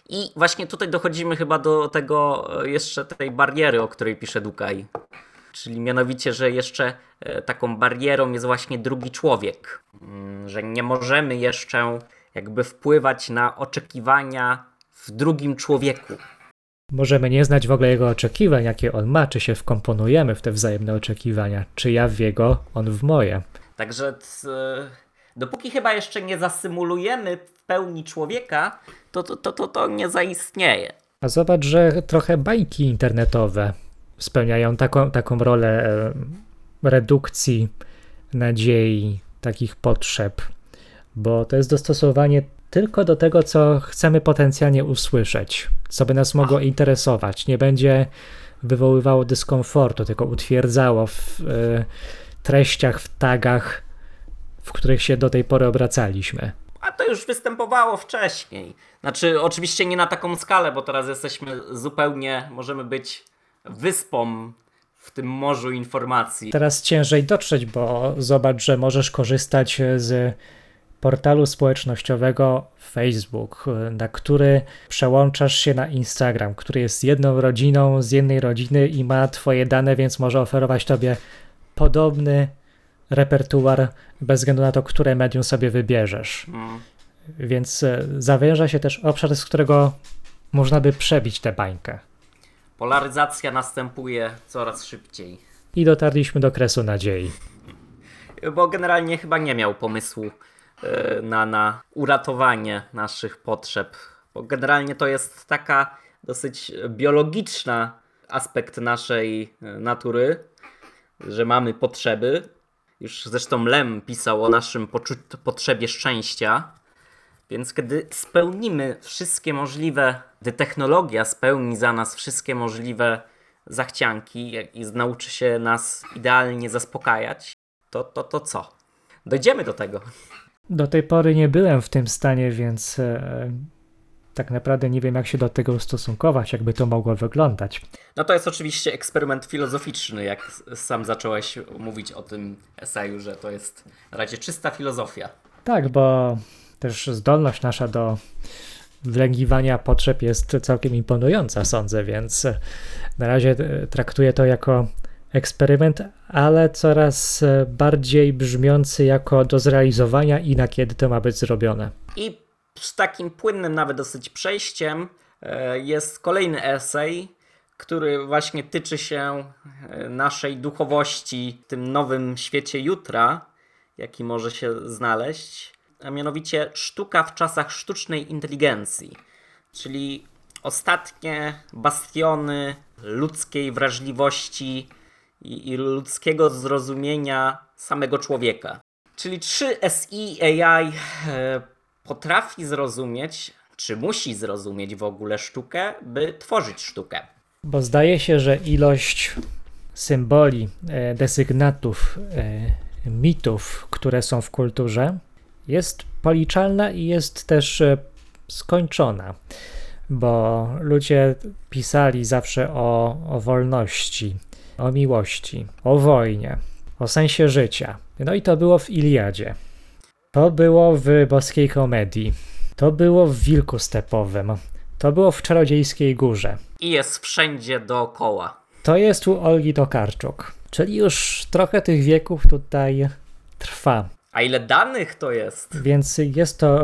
I właśnie tutaj dochodzimy chyba do tego e, jeszcze tej bariery, o której pisze Dukaj. Czyli mianowicie, że jeszcze e, taką barierą jest właśnie drugi człowiek. Mm, Że nie możemy jeszcze jakby wpływać na oczekiwania w drugim człowieku.
Możemy nie znać w ogóle jego oczekiwań, jakie on ma, czy się wkomponujemy w te wzajemne oczekiwania, czy ja w jego, on w moje.
Także t, e, dopóki chyba jeszcze nie zasymulujemy w pełni człowieka, to to, to, to, to nie zaistnieje.
A zobacz, że trochę bajki internetowe spełniają taką, taką rolę e, redukcji nadziei, takich potrzeb, bo to jest dostosowanie tylko do tego, co chcemy potencjalnie usłyszeć, co by nas mogło interesować. Nie będzie wywoływało dyskomfortu, tylko utwierdzało w e, treściach, w tagach, w których się do tej pory obracaliśmy.
A to już występowało wcześniej. Znaczy, oczywiście nie na taką skalę, bo teraz jesteśmy zupełnie, możemy być wyspą w tym morzu informacji.
Teraz ciężej dotrzeć, bo zobacz, że możesz korzystać z portalu społecznościowego Facebook, na który przełączasz się na Instagram, który jest jedną rodziną z jednej rodziny i ma twoje dane, więc może oferować tobie podobny repertuar bez względu na to, które medium sobie wybierzesz.
Mm.
Więc e, zawęża się też obszar, z którego można by przebić tę bańkę.
Polaryzacja następuje coraz szybciej.
I dotarliśmy do kresu nadziei.
Bo generalnie chyba nie miał pomysłu e, na, na uratowanie naszych potrzeb. Bo generalnie to jest taka dosyć biologiczna aspekt naszej e, natury, że mamy potrzeby. Już zresztą Lem pisał o naszym poczu- potrzebie szczęścia. Więc kiedy spełnimy wszystkie możliwe, gdy technologia spełni za nas wszystkie możliwe zachcianki i nauczy się nas idealnie zaspokajać, to, to, to co? Dojdziemy do tego.
Do tej pory nie byłem w tym stanie, więc e, tak naprawdę nie wiem, jak się do tego ustosunkować, jakby to mogło wyglądać.
No to jest oczywiście eksperyment filozoficzny, jak sam zacząłeś mówić o tym eseju, że to jest na razie czysta filozofia.
Tak, bo też zdolność nasza do wlęgiwania potrzeb jest całkiem imponująca, sądzę, więc na razie traktuję to jako eksperyment, ale coraz bardziej brzmiący jako do zrealizowania i na kiedy to ma być zrobione.
I z takim płynnym nawet dosyć przejściem e, jest kolejny esej, który właśnie tyczy się e, naszej duchowości w tym nowym świecie jutra, jaki może się znaleźć, a mianowicie sztuka w czasach sztucznej inteligencji, czyli ostatnie bastiony ludzkiej wrażliwości i, i ludzkiego zrozumienia samego człowieka. Czyli czy S I A I e, potrafi zrozumieć, czy musi zrozumieć w ogóle sztukę, by tworzyć sztukę?
Bo zdaje się, że ilość symboli, e, desygnatów, e, mitów, które są w kulturze, jest policzalna i jest też e, skończona, bo ludzie pisali zawsze o, o wolności, o miłości, o wojnie, o sensie życia. No i to było w Iliadzie. To było w Boskiej Komedii. To było w Wilku Stepowym. To było w Czarodziejskiej Górze.
I jest wszędzie dookoła.
To jest u Olgi Tokarczuk. Czyli już trochę tych wieków tutaj trwa.
A ile danych to jest?
Więc jest to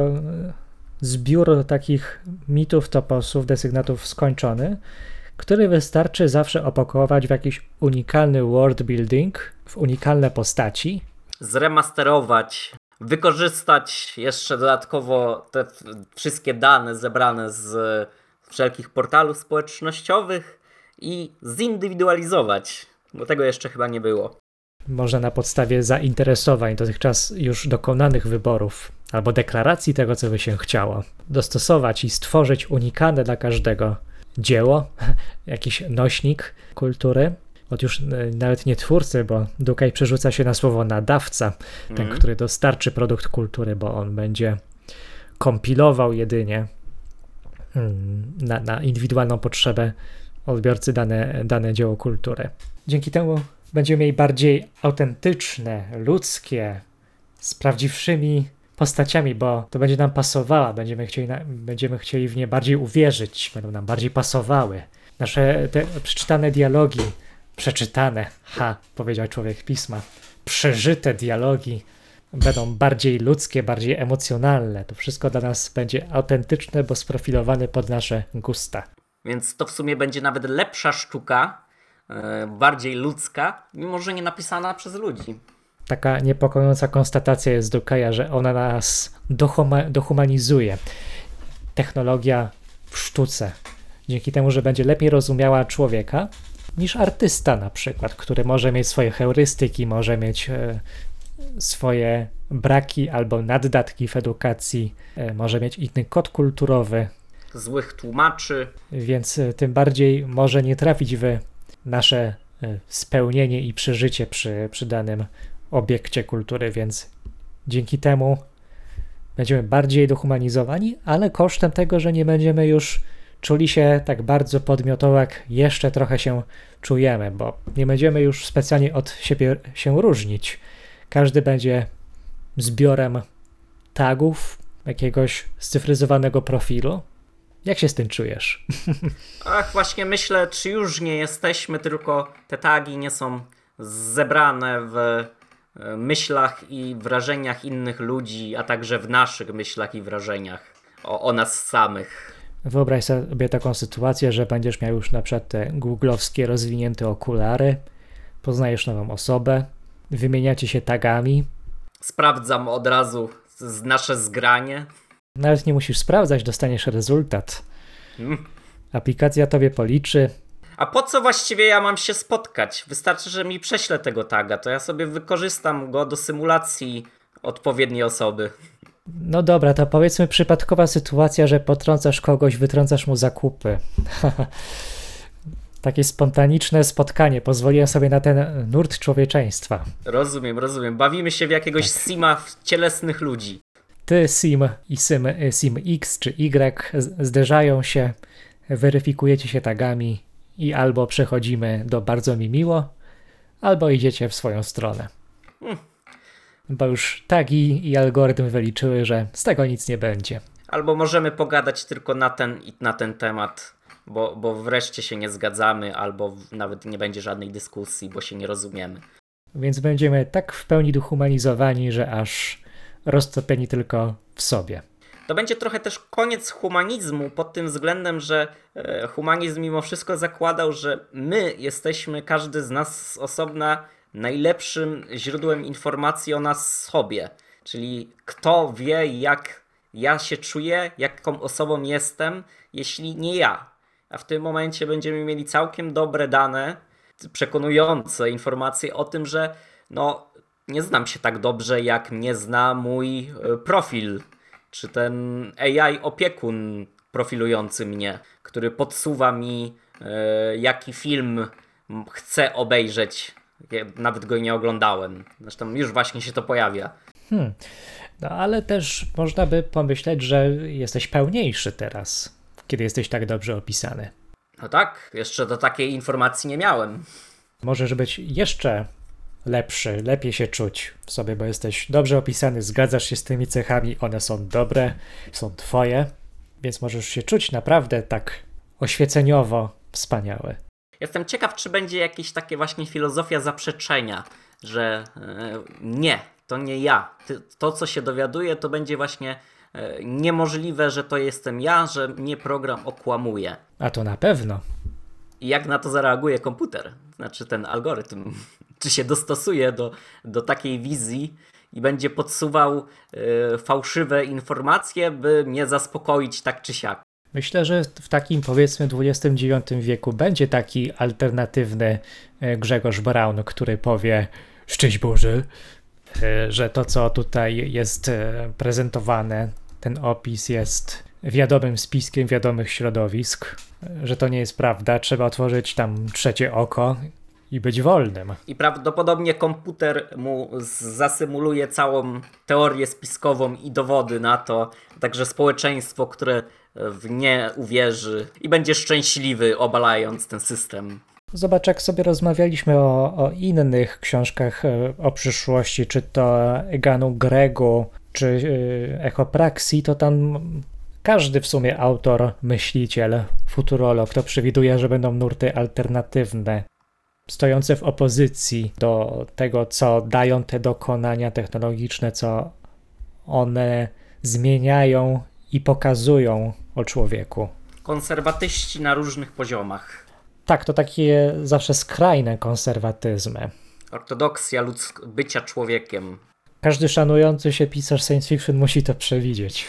zbiór takich mitów, toposów, desygnatów skończony, który wystarczy zawsze opakować w jakiś unikalny world building, w unikalne postaci.
Zremasterować, wykorzystać jeszcze dodatkowo te wszystkie dane zebrane z wszelkich portalów społecznościowych i zindywidualizować, bo tego jeszcze chyba nie było.
Można na podstawie zainteresowań, dotychczas już dokonanych wyborów albo deklaracji tego, co by się chciało, dostosować i stworzyć unikalne dla każdego dzieło, jakiś nośnik kultury. Od już nawet nie twórcy, bo Dukaj przerzuca się na słowo nadawca, ten, mm. który dostarczy produkt kultury, bo on będzie kompilował jedynie na, na indywidualną potrzebę odbiorcy dane, dane dzieło kultury. Dzięki temu będziemy mieli bardziej autentyczne, ludzkie, z prawdziwszymi postaciami, bo to będzie nam pasowała, będziemy chcieli, na, będziemy chcieli w nie bardziej uwierzyć, będą nam bardziej pasowały. Nasze te przeczytane dialogi, przeczytane, ha, powiedział człowiek pisma, przeżyte dialogi będą bardziej ludzkie, bardziej emocjonalne. To wszystko dla nas będzie autentyczne, bo sprofilowane pod nasze gusta.
Więc to w sumie będzie nawet lepsza sztuka, yy, bardziej ludzka, mimo że nie napisana przez ludzi.
Taka niepokojąca konstatacja jest Dukaja, że ona nas dohuma- dohumanizuje. Technologia w sztuce. Dzięki temu, że będzie lepiej rozumiała człowieka niż artysta na przykład, który może mieć swoje heurystyki, może mieć e, swoje braki albo naddatki w edukacji, e, może mieć inny kod kulturowy.
Złych tłumaczy.
Więc e, tym bardziej może nie trafić w nasze e, spełnienie i przeżycie przy, przy danym obiekcie kultury, więc dzięki temu będziemy bardziej dohumanizowani, ale kosztem tego, że nie będziemy już czuli się tak bardzo podmiotowo, jak jeszcze trochę się czujemy, bo nie będziemy już specjalnie od siebie się różnić. Każdy będzie zbiorem tagów jakiegoś scyfryzowanego profilu. Jak się z tym czujesz?
Ach, właśnie myślę, czy już nie jesteśmy, tylko te tagi nie są zebrane w myślach i wrażeniach innych ludzi, a także w naszych myślach i wrażeniach o, o nas samych.
Wyobraź sobie taką sytuację, że będziesz miał już na przykład te googlowskie rozwinięte okulary, poznajesz nową osobę, wymieniacie się tagami.
Sprawdzam od razu z nasze zgranie.
Nawet nie musisz sprawdzać, dostaniesz rezultat.
Hmm.
Aplikacja tobie policzy.
A po co właściwie ja mam się spotkać? Wystarczy, że mi prześle tego taga, to ja sobie wykorzystam go do symulacji odpowiedniej osoby.
No dobra, to powiedzmy przypadkowa sytuacja, że potrącasz kogoś, wytrącasz mu zakupy. Takie spontaniczne spotkanie. Pozwoliłem sobie na ten nurt człowieczeństwa.
Rozumiem, rozumiem. Bawimy się w jakiegoś tak. sima w cielesnych ludzi.
Ty, sim i sim, sim X czy Y zderzają się, weryfikujecie się tagami i albo przechodzimy do bardzo mi miło, albo idziecie w swoją stronę. Hmm. Bo już tagi i algorytmy wyliczyły, że z tego nic nie będzie.
Albo możemy pogadać tylko na ten i na ten temat, bo, bo wreszcie się nie zgadzamy, albo nawet nie będzie żadnej dyskusji, bo się nie rozumiemy.
Więc będziemy tak w pełni dehumanizowani, że aż roztopieni tylko w sobie.
To będzie trochę też koniec humanizmu pod tym względem, że e, humanizm mimo wszystko zakładał, że my jesteśmy, każdy z nas z osobna, najlepszym źródłem informacji o nas sobie. Czyli kto wie, jak ja się czuję, jaką osobą jestem, jeśli nie ja. A w tym momencie będziemy mieli całkiem dobre dane, przekonujące informacje o tym, że no, nie znam się tak dobrze, jak mnie zna mój profil, czy ten A I opiekun profilujący mnie, który podsuwa mi, e, jaki film chcę obejrzeć. Ja nawet go nie oglądałem. Zresztą już właśnie się to pojawia.
Hmm. No ale też można by pomyśleć, że jesteś pełniejszy teraz, kiedy jesteś tak dobrze opisany.
No tak, jeszcze do takiej informacji nie miałem.
Możesz być jeszcze lepszy, lepiej się czuć w sobie, bo jesteś dobrze opisany, zgadzasz się z tymi cechami, one są dobre, są twoje, więc możesz się czuć naprawdę tak oświeceniowo wspaniały.
Jestem ciekaw, czy będzie jakieś takie właśnie filozofia zaprzeczenia, że yy, nie, to nie ja. To, co się dowiaduję, to będzie właśnie yy, niemożliwe, że to jestem ja, że mnie program okłamuje.
A to na pewno.
I jak na to zareaguje komputer? Znaczy ten algorytm. Czy się dostosuje do, do takiej wizji i będzie podsuwał yy, fałszywe informacje, by mnie zaspokoić tak czy siak.
Myślę, że w takim powiedzmy dwudziestym dziewiątym wieku będzie taki alternatywny Grzegorz Braun, który powie: szczęść Boże, że to, co tutaj jest prezentowane, ten opis jest wiadomym spiskiem wiadomych środowisk, że to nie jest prawda, trzeba otworzyć tam trzecie oko i być wolnym.
I prawdopodobnie komputer mu zasymuluje całą teorię spiskową i dowody na to, także społeczeństwo, które w nie uwierzy i będzie szczęśliwy, obalając ten system.
Zobacz, jak sobie rozmawialiśmy o, o innych książkach o przyszłości, czy to Eganu Gregu, czy yy, echopraxii, to tam każdy w sumie autor, myśliciel, futurolog to przewiduje, że będą nurty alternatywne, stojące w opozycji do tego, co dają te dokonania technologiczne, co one zmieniają i pokazują o człowieku.
Konserwatyści na różnych poziomach.
Tak, to takie zawsze skrajne konserwatyzmy.
Ortodoksja ludzk- bycia człowiekiem.
Każdy szanujący się pisarz science fiction musi to przewidzieć.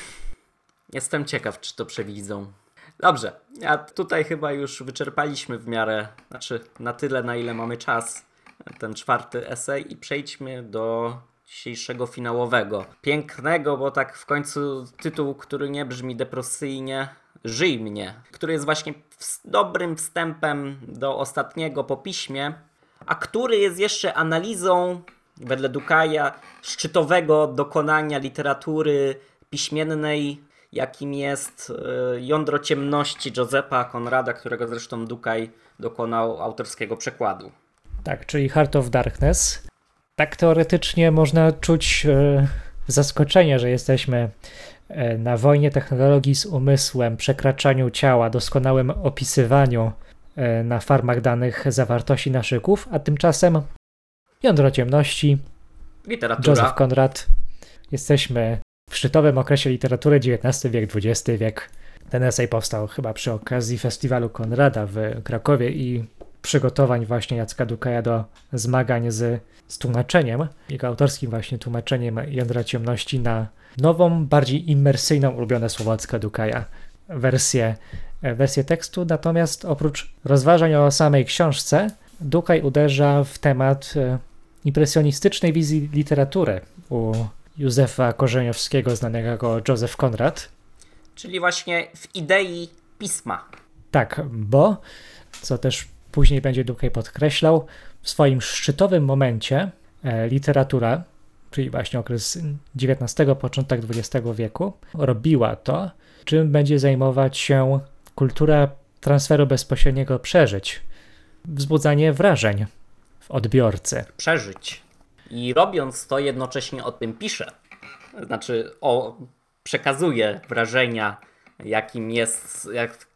Jestem ciekaw, czy to przewidzą. Dobrze, a tutaj chyba już wyczerpaliśmy w miarę, znaczy na tyle, na ile mamy czas, ten czwarty esej i przejdźmy do dzisiejszego finałowego. Pięknego, bo tak w końcu tytuł, który nie brzmi depresyjnie, Żyj mnie, który jest właśnie dobrym wstępem do ostatniego po piśmie, a który jest jeszcze analizą, wedle Dukaja, szczytowego dokonania literatury piśmiennej, jakim jest Jądro ciemności Josepha Conrada, którego zresztą Dukaj dokonał autorskiego przekładu.
Tak, czyli Heart of Darkness. Tak teoretycznie można czuć e, zaskoczenie, że jesteśmy e, na wojnie technologii z umysłem, przekraczaniu ciała, doskonałym opisywaniu e, na farmach danych zawartości naszyków, a tymczasem Jądro ciemności,
Literatura.
Joseph Conrad. Jesteśmy w szczytowym okresie literatury, dziewiętnasty wiek, dwudziesty wiek. Ten esej powstał chyba przy okazji festiwalu Konrada w Krakowie i przygotowań właśnie Jacka Dukaja do zmagań z, z tłumaczeniem, jego autorskim właśnie tłumaczeniem Jądra ciemności na nową, bardziej immersyjną, ulubione słowo Jacka Dukaja wersję, wersję tekstu. Natomiast oprócz rozważań o samej książce, Dukaj uderza w temat impresjonistycznej wizji literatury u Józefa Korzeniowskiego, znanego jako Joseph Conrad.
Czyli właśnie w idei pisma.
Tak, bo, co też później będzie Dukaj podkreślał, w swoim szczytowym momencie e, literatura, czyli właśnie okres dziewiętnastego, początek dwudziestego wieku, robiła to, czym będzie zajmować się kultura transferu bezpośredniego przeżyć, wzbudzanie wrażeń w odbiorcy.
Przeżyć. I robiąc to jednocześnie o tym pisze. Znaczy o, przekazuje wrażenia, jakim jest,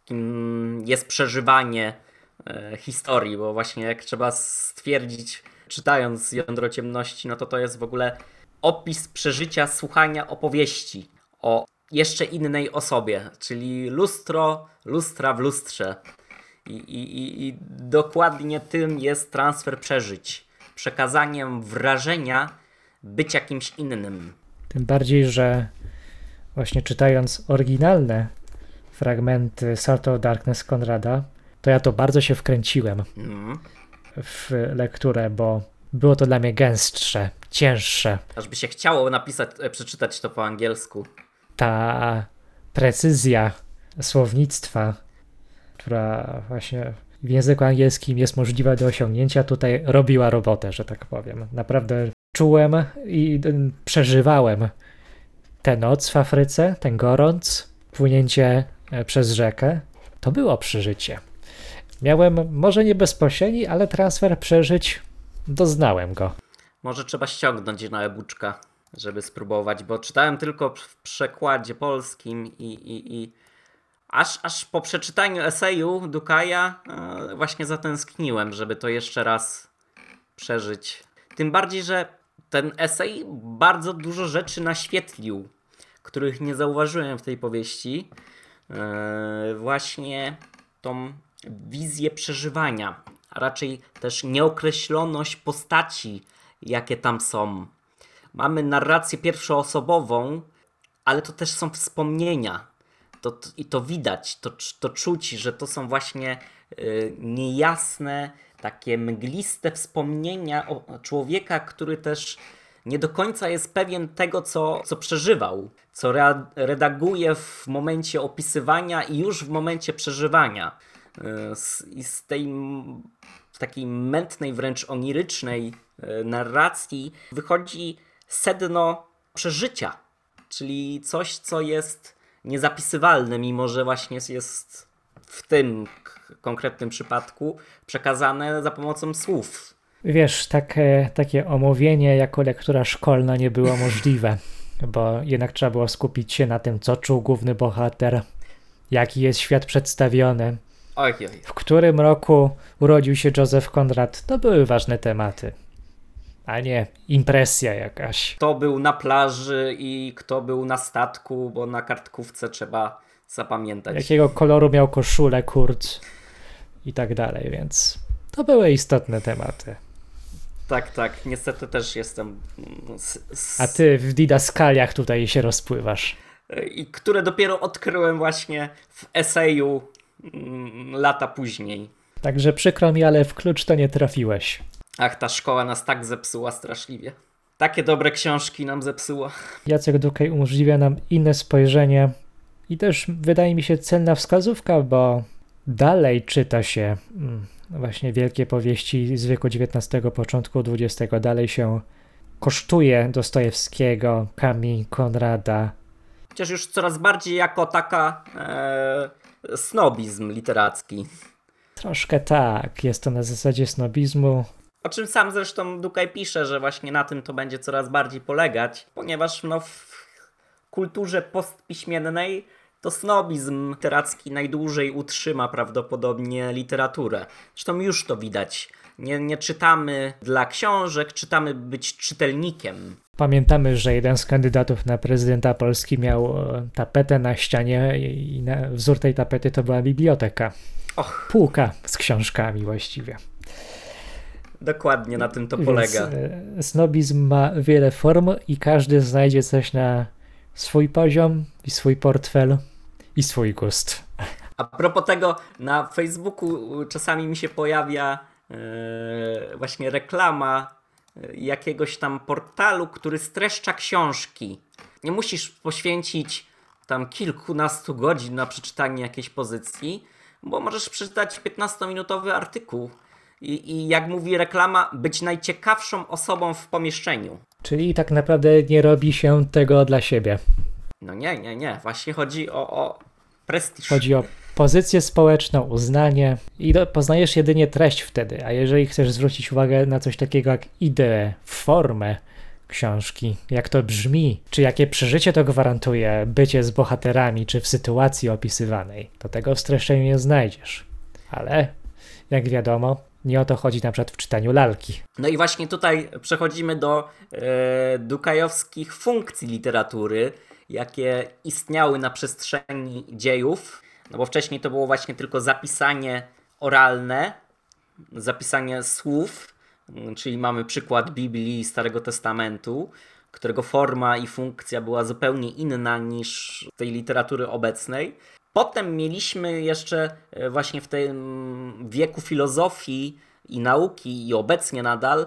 jakim jest przeżywanie e, historii, bo właśnie jak trzeba stwierdzić, czytając Jądro ciemności, no to to jest w ogóle opis przeżycia słuchania opowieści o jeszcze innej osobie, czyli lustro, lustra w lustrze. I, i, i, i dokładnie tym jest transfer przeżyć. Przekazaniem wrażenia bycia kimś innym.
Tym bardziej, że właśnie czytając oryginalne fragmenty Heart of Darkness Conrada, to ja to bardzo się wkręciłem
Mm.
w lekturę, bo było to dla mnie gęstsze, cięższe.
Aż by się chciało napisać, przeczytać to po angielsku.
Ta precyzja słownictwa, która właśnie w języku angielskim jest możliwa do osiągnięcia, tutaj robiła robotę, że tak powiem. Naprawdę czułem i przeżywałem tę noc w Afryce, ten gorąc, płynięcie przez rzekę. To było przeżycie. Miałem może nie bezpośredni, ale transfer przeżyć doznałem go.
Może trzeba ściągnąć na e-booczka, żeby spróbować, bo czytałem tylko w przekładzie polskim i, i, i aż, aż po przeczytaniu eseju Dukaja e, właśnie zatęskniłem, żeby to jeszcze raz przeżyć. Tym bardziej, że ten esej bardzo dużo rzeczy naświetlił, których nie zauważyłem w tej powieści. E, właśnie tą wizję przeżywania, a raczej też nieokreśloność postaci, jakie tam są. Mamy narrację pierwszoosobową, ale to też są wspomnienia. To, to, I to widać, to, to czuć, że to są właśnie y, niejasne, takie mgliste wspomnienia o człowieka, który też nie do końca jest pewien tego, co, co przeżywał, co re, redaguje w momencie opisywania i już w momencie przeżywania. Y, z, I z tej takiej mętnej, wręcz onirycznej y, narracji wychodzi sedno przeżycia, czyli coś, co jest niezapisywalne, mimo że właśnie jest w tym k- konkretnym przypadku przekazane za pomocą słów.
Wiesz, takie, takie omówienie jako lektura szkolna nie było możliwe. bo jednak trzeba było skupić się na tym, co czuł główny bohater, jaki jest świat przedstawiony,
Oj, oj.
w którym roku urodził się Józef Konrad. To były ważne tematy, a nie impresja jakaś.
Kto był na plaży i kto był na statku, bo na kartkówce trzeba zapamiętać.
Jakiego koloru miał koszulę Kurt i tak dalej, więc to były istotne tematy.
Tak, tak. Niestety też jestem... S, s,
A ty w didaskaliach tutaj się rozpływasz.
I które dopiero odkryłem właśnie w eseju mm, lata później.
Także przykro mi, ale w klucz to nie trafiłeś.
Ach, ta szkoła nas tak zepsuła straszliwie. Takie dobre książki nam zepsuła.
Jacek Dukaj umożliwia nam inne spojrzenie i też wydaje mi się cenna wskazówka, bo dalej czyta się mm, właśnie wielkie powieści z wieku dziewiętnastego, początku dwudziestego. Dalej się kosztuje Dostojewskiego, Kami, Konrada.
Chociaż już coraz bardziej jako taka e, snobizm literacki.
Troszkę tak, jest to na zasadzie snobizmu.
O czym sam zresztą Dukaj pisze, że właśnie na tym to będzie coraz bardziej polegać, ponieważ no, w kulturze postpiśmiennej to snobizm literacki najdłużej utrzyma prawdopodobnie literaturę. Zresztą już to widać. Nie, nie czytamy dla książek, czytamy być czytelnikiem.
Pamiętamy, że jeden z kandydatów na prezydenta Polski miał e, tapetę na ścianie i na wzór tej tapety to była biblioteka.
Och,
Półka z książkami właściwie.
dokładnie na tym to
Więc,
polega.
e, snobizm ma wiele form i każdy znajdzie coś na swój poziom i swój portfel i swój gust.
A propos tego, na Facebooku czasami mi się pojawia e, właśnie reklama e, jakiegoś tam portalu, który streszcza książki. Nie musisz poświęcić tam kilkunastu godzin na przeczytanie jakiejś pozycji, bo możesz przeczytać piętnastominutowy artykuł i, i jak mówi reklama, być najciekawszą osobą w pomieszczeniu.
Czyli tak naprawdę nie robi się tego dla siebie.
No nie, nie, nie. Właśnie chodzi o, o prestiż.
Chodzi o pozycję społeczną, uznanie i do, poznajesz jedynie treść wtedy, a jeżeli chcesz zwrócić uwagę na coś takiego jak ideę, formę książki, jak to brzmi, czy jakie przeżycie to gwarantuje, bycie z bohaterami, czy w sytuacji opisywanej, to tego w streszczeniu nie znajdziesz. Ale, jak wiadomo, nie o to chodzi na przykład w czytaniu lalki.
No i właśnie tutaj przechodzimy do e, dukajowskich funkcji literatury, jakie istniały na przestrzeni dziejów, no bo wcześniej to było właśnie tylko zapisanie oralne, zapisanie słów, czyli mamy przykład Biblii i Starego Testamentu, którego forma i funkcja była zupełnie inna niż tej literatury obecnej. Potem mieliśmy jeszcze właśnie w tym wieku filozofii i nauki i obecnie nadal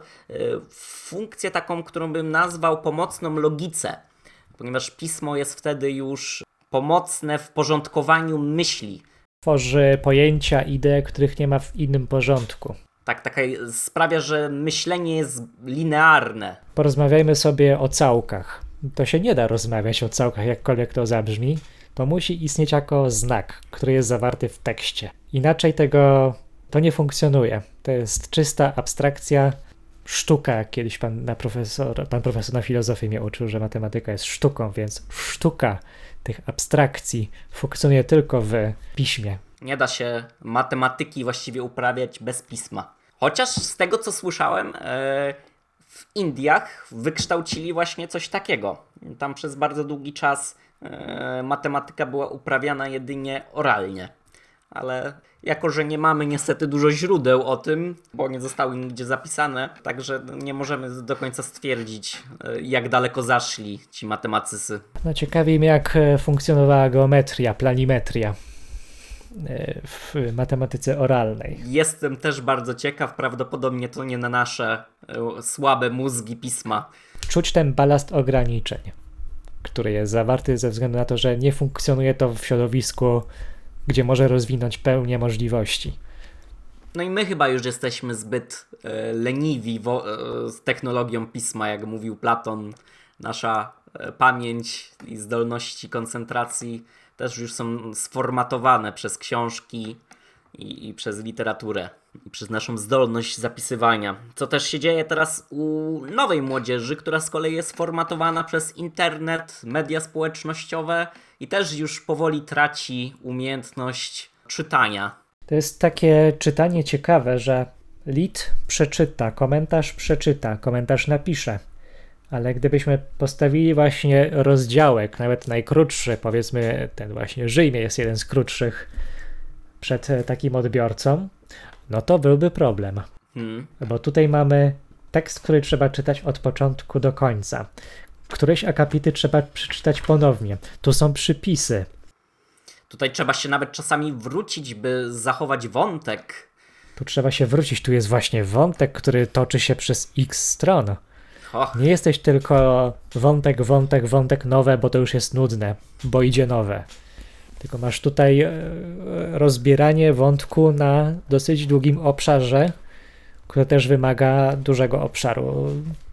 funkcję taką, którą bym nazwał pomocną logice, ponieważ pismo jest wtedy już pomocne w porządkowaniu myśli.
Tworzy pojęcia, idee, których nie ma w innym porządku.
Tak, taka sprawia, że myślenie jest linearne.
Porozmawiajmy sobie o całkach. To się nie da rozmawiać o całkach, jakkolwiek to zabrzmi. To musi istnieć jako znak, który jest zawarty w tekście. Inaczej tego to nie funkcjonuje. To jest czysta abstrakcja, sztuka. Kiedyś pan, na profesor, pan profesor na filozofię mnie uczył, że matematyka jest sztuką, więc sztuka tych abstrakcji funkcjonuje tylko w piśmie.
Nie da się matematyki właściwie uprawiać bez pisma. Chociaż z tego, co słyszałem, w Indiach wykształcili właśnie coś takiego. Tam przez bardzo długi czas matematyka była uprawiana jedynie oralnie. Ale jako, że nie mamy niestety dużo źródeł o tym, bo nie zostały nigdzie zapisane, także nie możemy do końca stwierdzić, jak daleko zaszli ci matematycy.
No ciekawi mnie, jak funkcjonowała geometria, planimetria w matematyce oralnej.
Jestem też bardzo ciekaw, prawdopodobnie to nie na nasze słabe mózgi pisma.
Czuć ten balast ograniczeń, który jest zawarty ze względu na to, że nie funkcjonuje to w środowisku, gdzie może rozwinąć pełnię możliwości.
No i my chyba już jesteśmy zbyt e, leniwi wo, e, z technologią pisma, jak mówił Platon. Nasza e, pamięć i zdolności koncentracji też już są sformatowane przez książki i, i przez literaturę, i przez naszą zdolność zapisywania. Co też się dzieje teraz u nowej młodzieży, która z kolei jest formatowana przez internet, media społecznościowe i też już powoli traci umiejętność czytania.
To jest takie czytanie ciekawe, że lead przeczyta, komentarz przeczyta, komentarz napisze. Ale gdybyśmy postawili właśnie rozdziałek, nawet najkrótszy, powiedzmy ten właśnie Żyjmie jest jeden z krótszych przed takim odbiorcą, no to byłby problem.
Hmm.
Bo tutaj mamy tekst, który trzeba czytać od początku do końca. Któreś akapity trzeba przeczytać ponownie. Tu są przypisy.
Tutaj trzeba się nawet czasami wrócić, by zachować wątek.
Tu trzeba się wrócić. Tu jest właśnie wątek, który toczy się przez x stron.
Och.
Nie jesteś tylko wątek, wątek, wątek nowe, bo to już jest nudne, bo idzie nowe. Tylko masz tutaj e, rozbieranie wątku na dosyć długim obszarze, które też wymaga dużego obszaru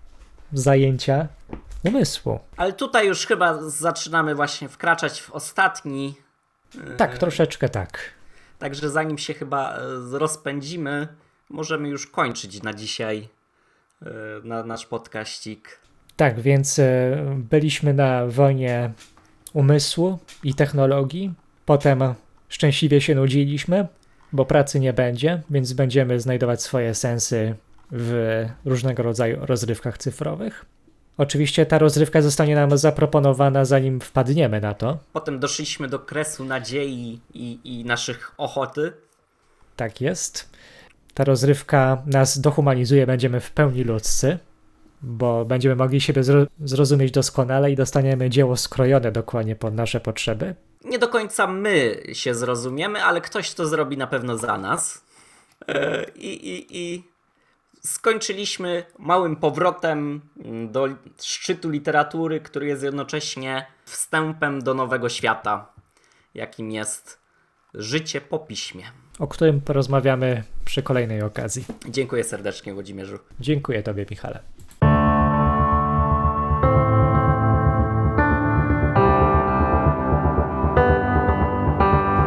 zajęcia umysłu.
Ale tutaj już chyba zaczynamy właśnie wkraczać w ostatni.
Tak, troszeczkę tak.
Także zanim się chyba e, rozpędzimy, możemy już kończyć na dzisiaj e, na nasz podcaścik.
Tak, więc e, byliśmy na wojnie umysłu i technologii. Potem szczęśliwie się nudziliśmy, bo pracy nie będzie, więc będziemy znajdować swoje sensy w różnego rodzaju rozrywkach cyfrowych. Oczywiście ta rozrywka zostanie nam zaproponowana, zanim wpadniemy na to.
Potem doszliśmy do kresu nadziei i, i naszych ochoty.
Tak jest. Ta rozrywka nas dohumanizuje, będziemy w pełni ludzcy, bo będziemy mogli siebie zro- zrozumieć doskonale i dostaniemy dzieło skrojone dokładnie pod nasze potrzeby.
Nie do końca my się zrozumiemy, ale ktoś to zrobi na pewno za nas. E, I, i, i skończyliśmy małym powrotem do szczytu literatury, który jest jednocześnie wstępem do nowego świata, jakim jest życie po piśmie.
O którym porozmawiamy przy kolejnej okazji.
Dziękuję serdecznie, Włodzimierzu.
Dziękuję Tobie, Michale.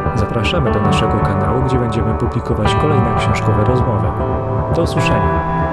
Zapraszamy do naszego kanału, gdzie będziemy publikować kolejne książkowe rozmowy. Do usłyszenia.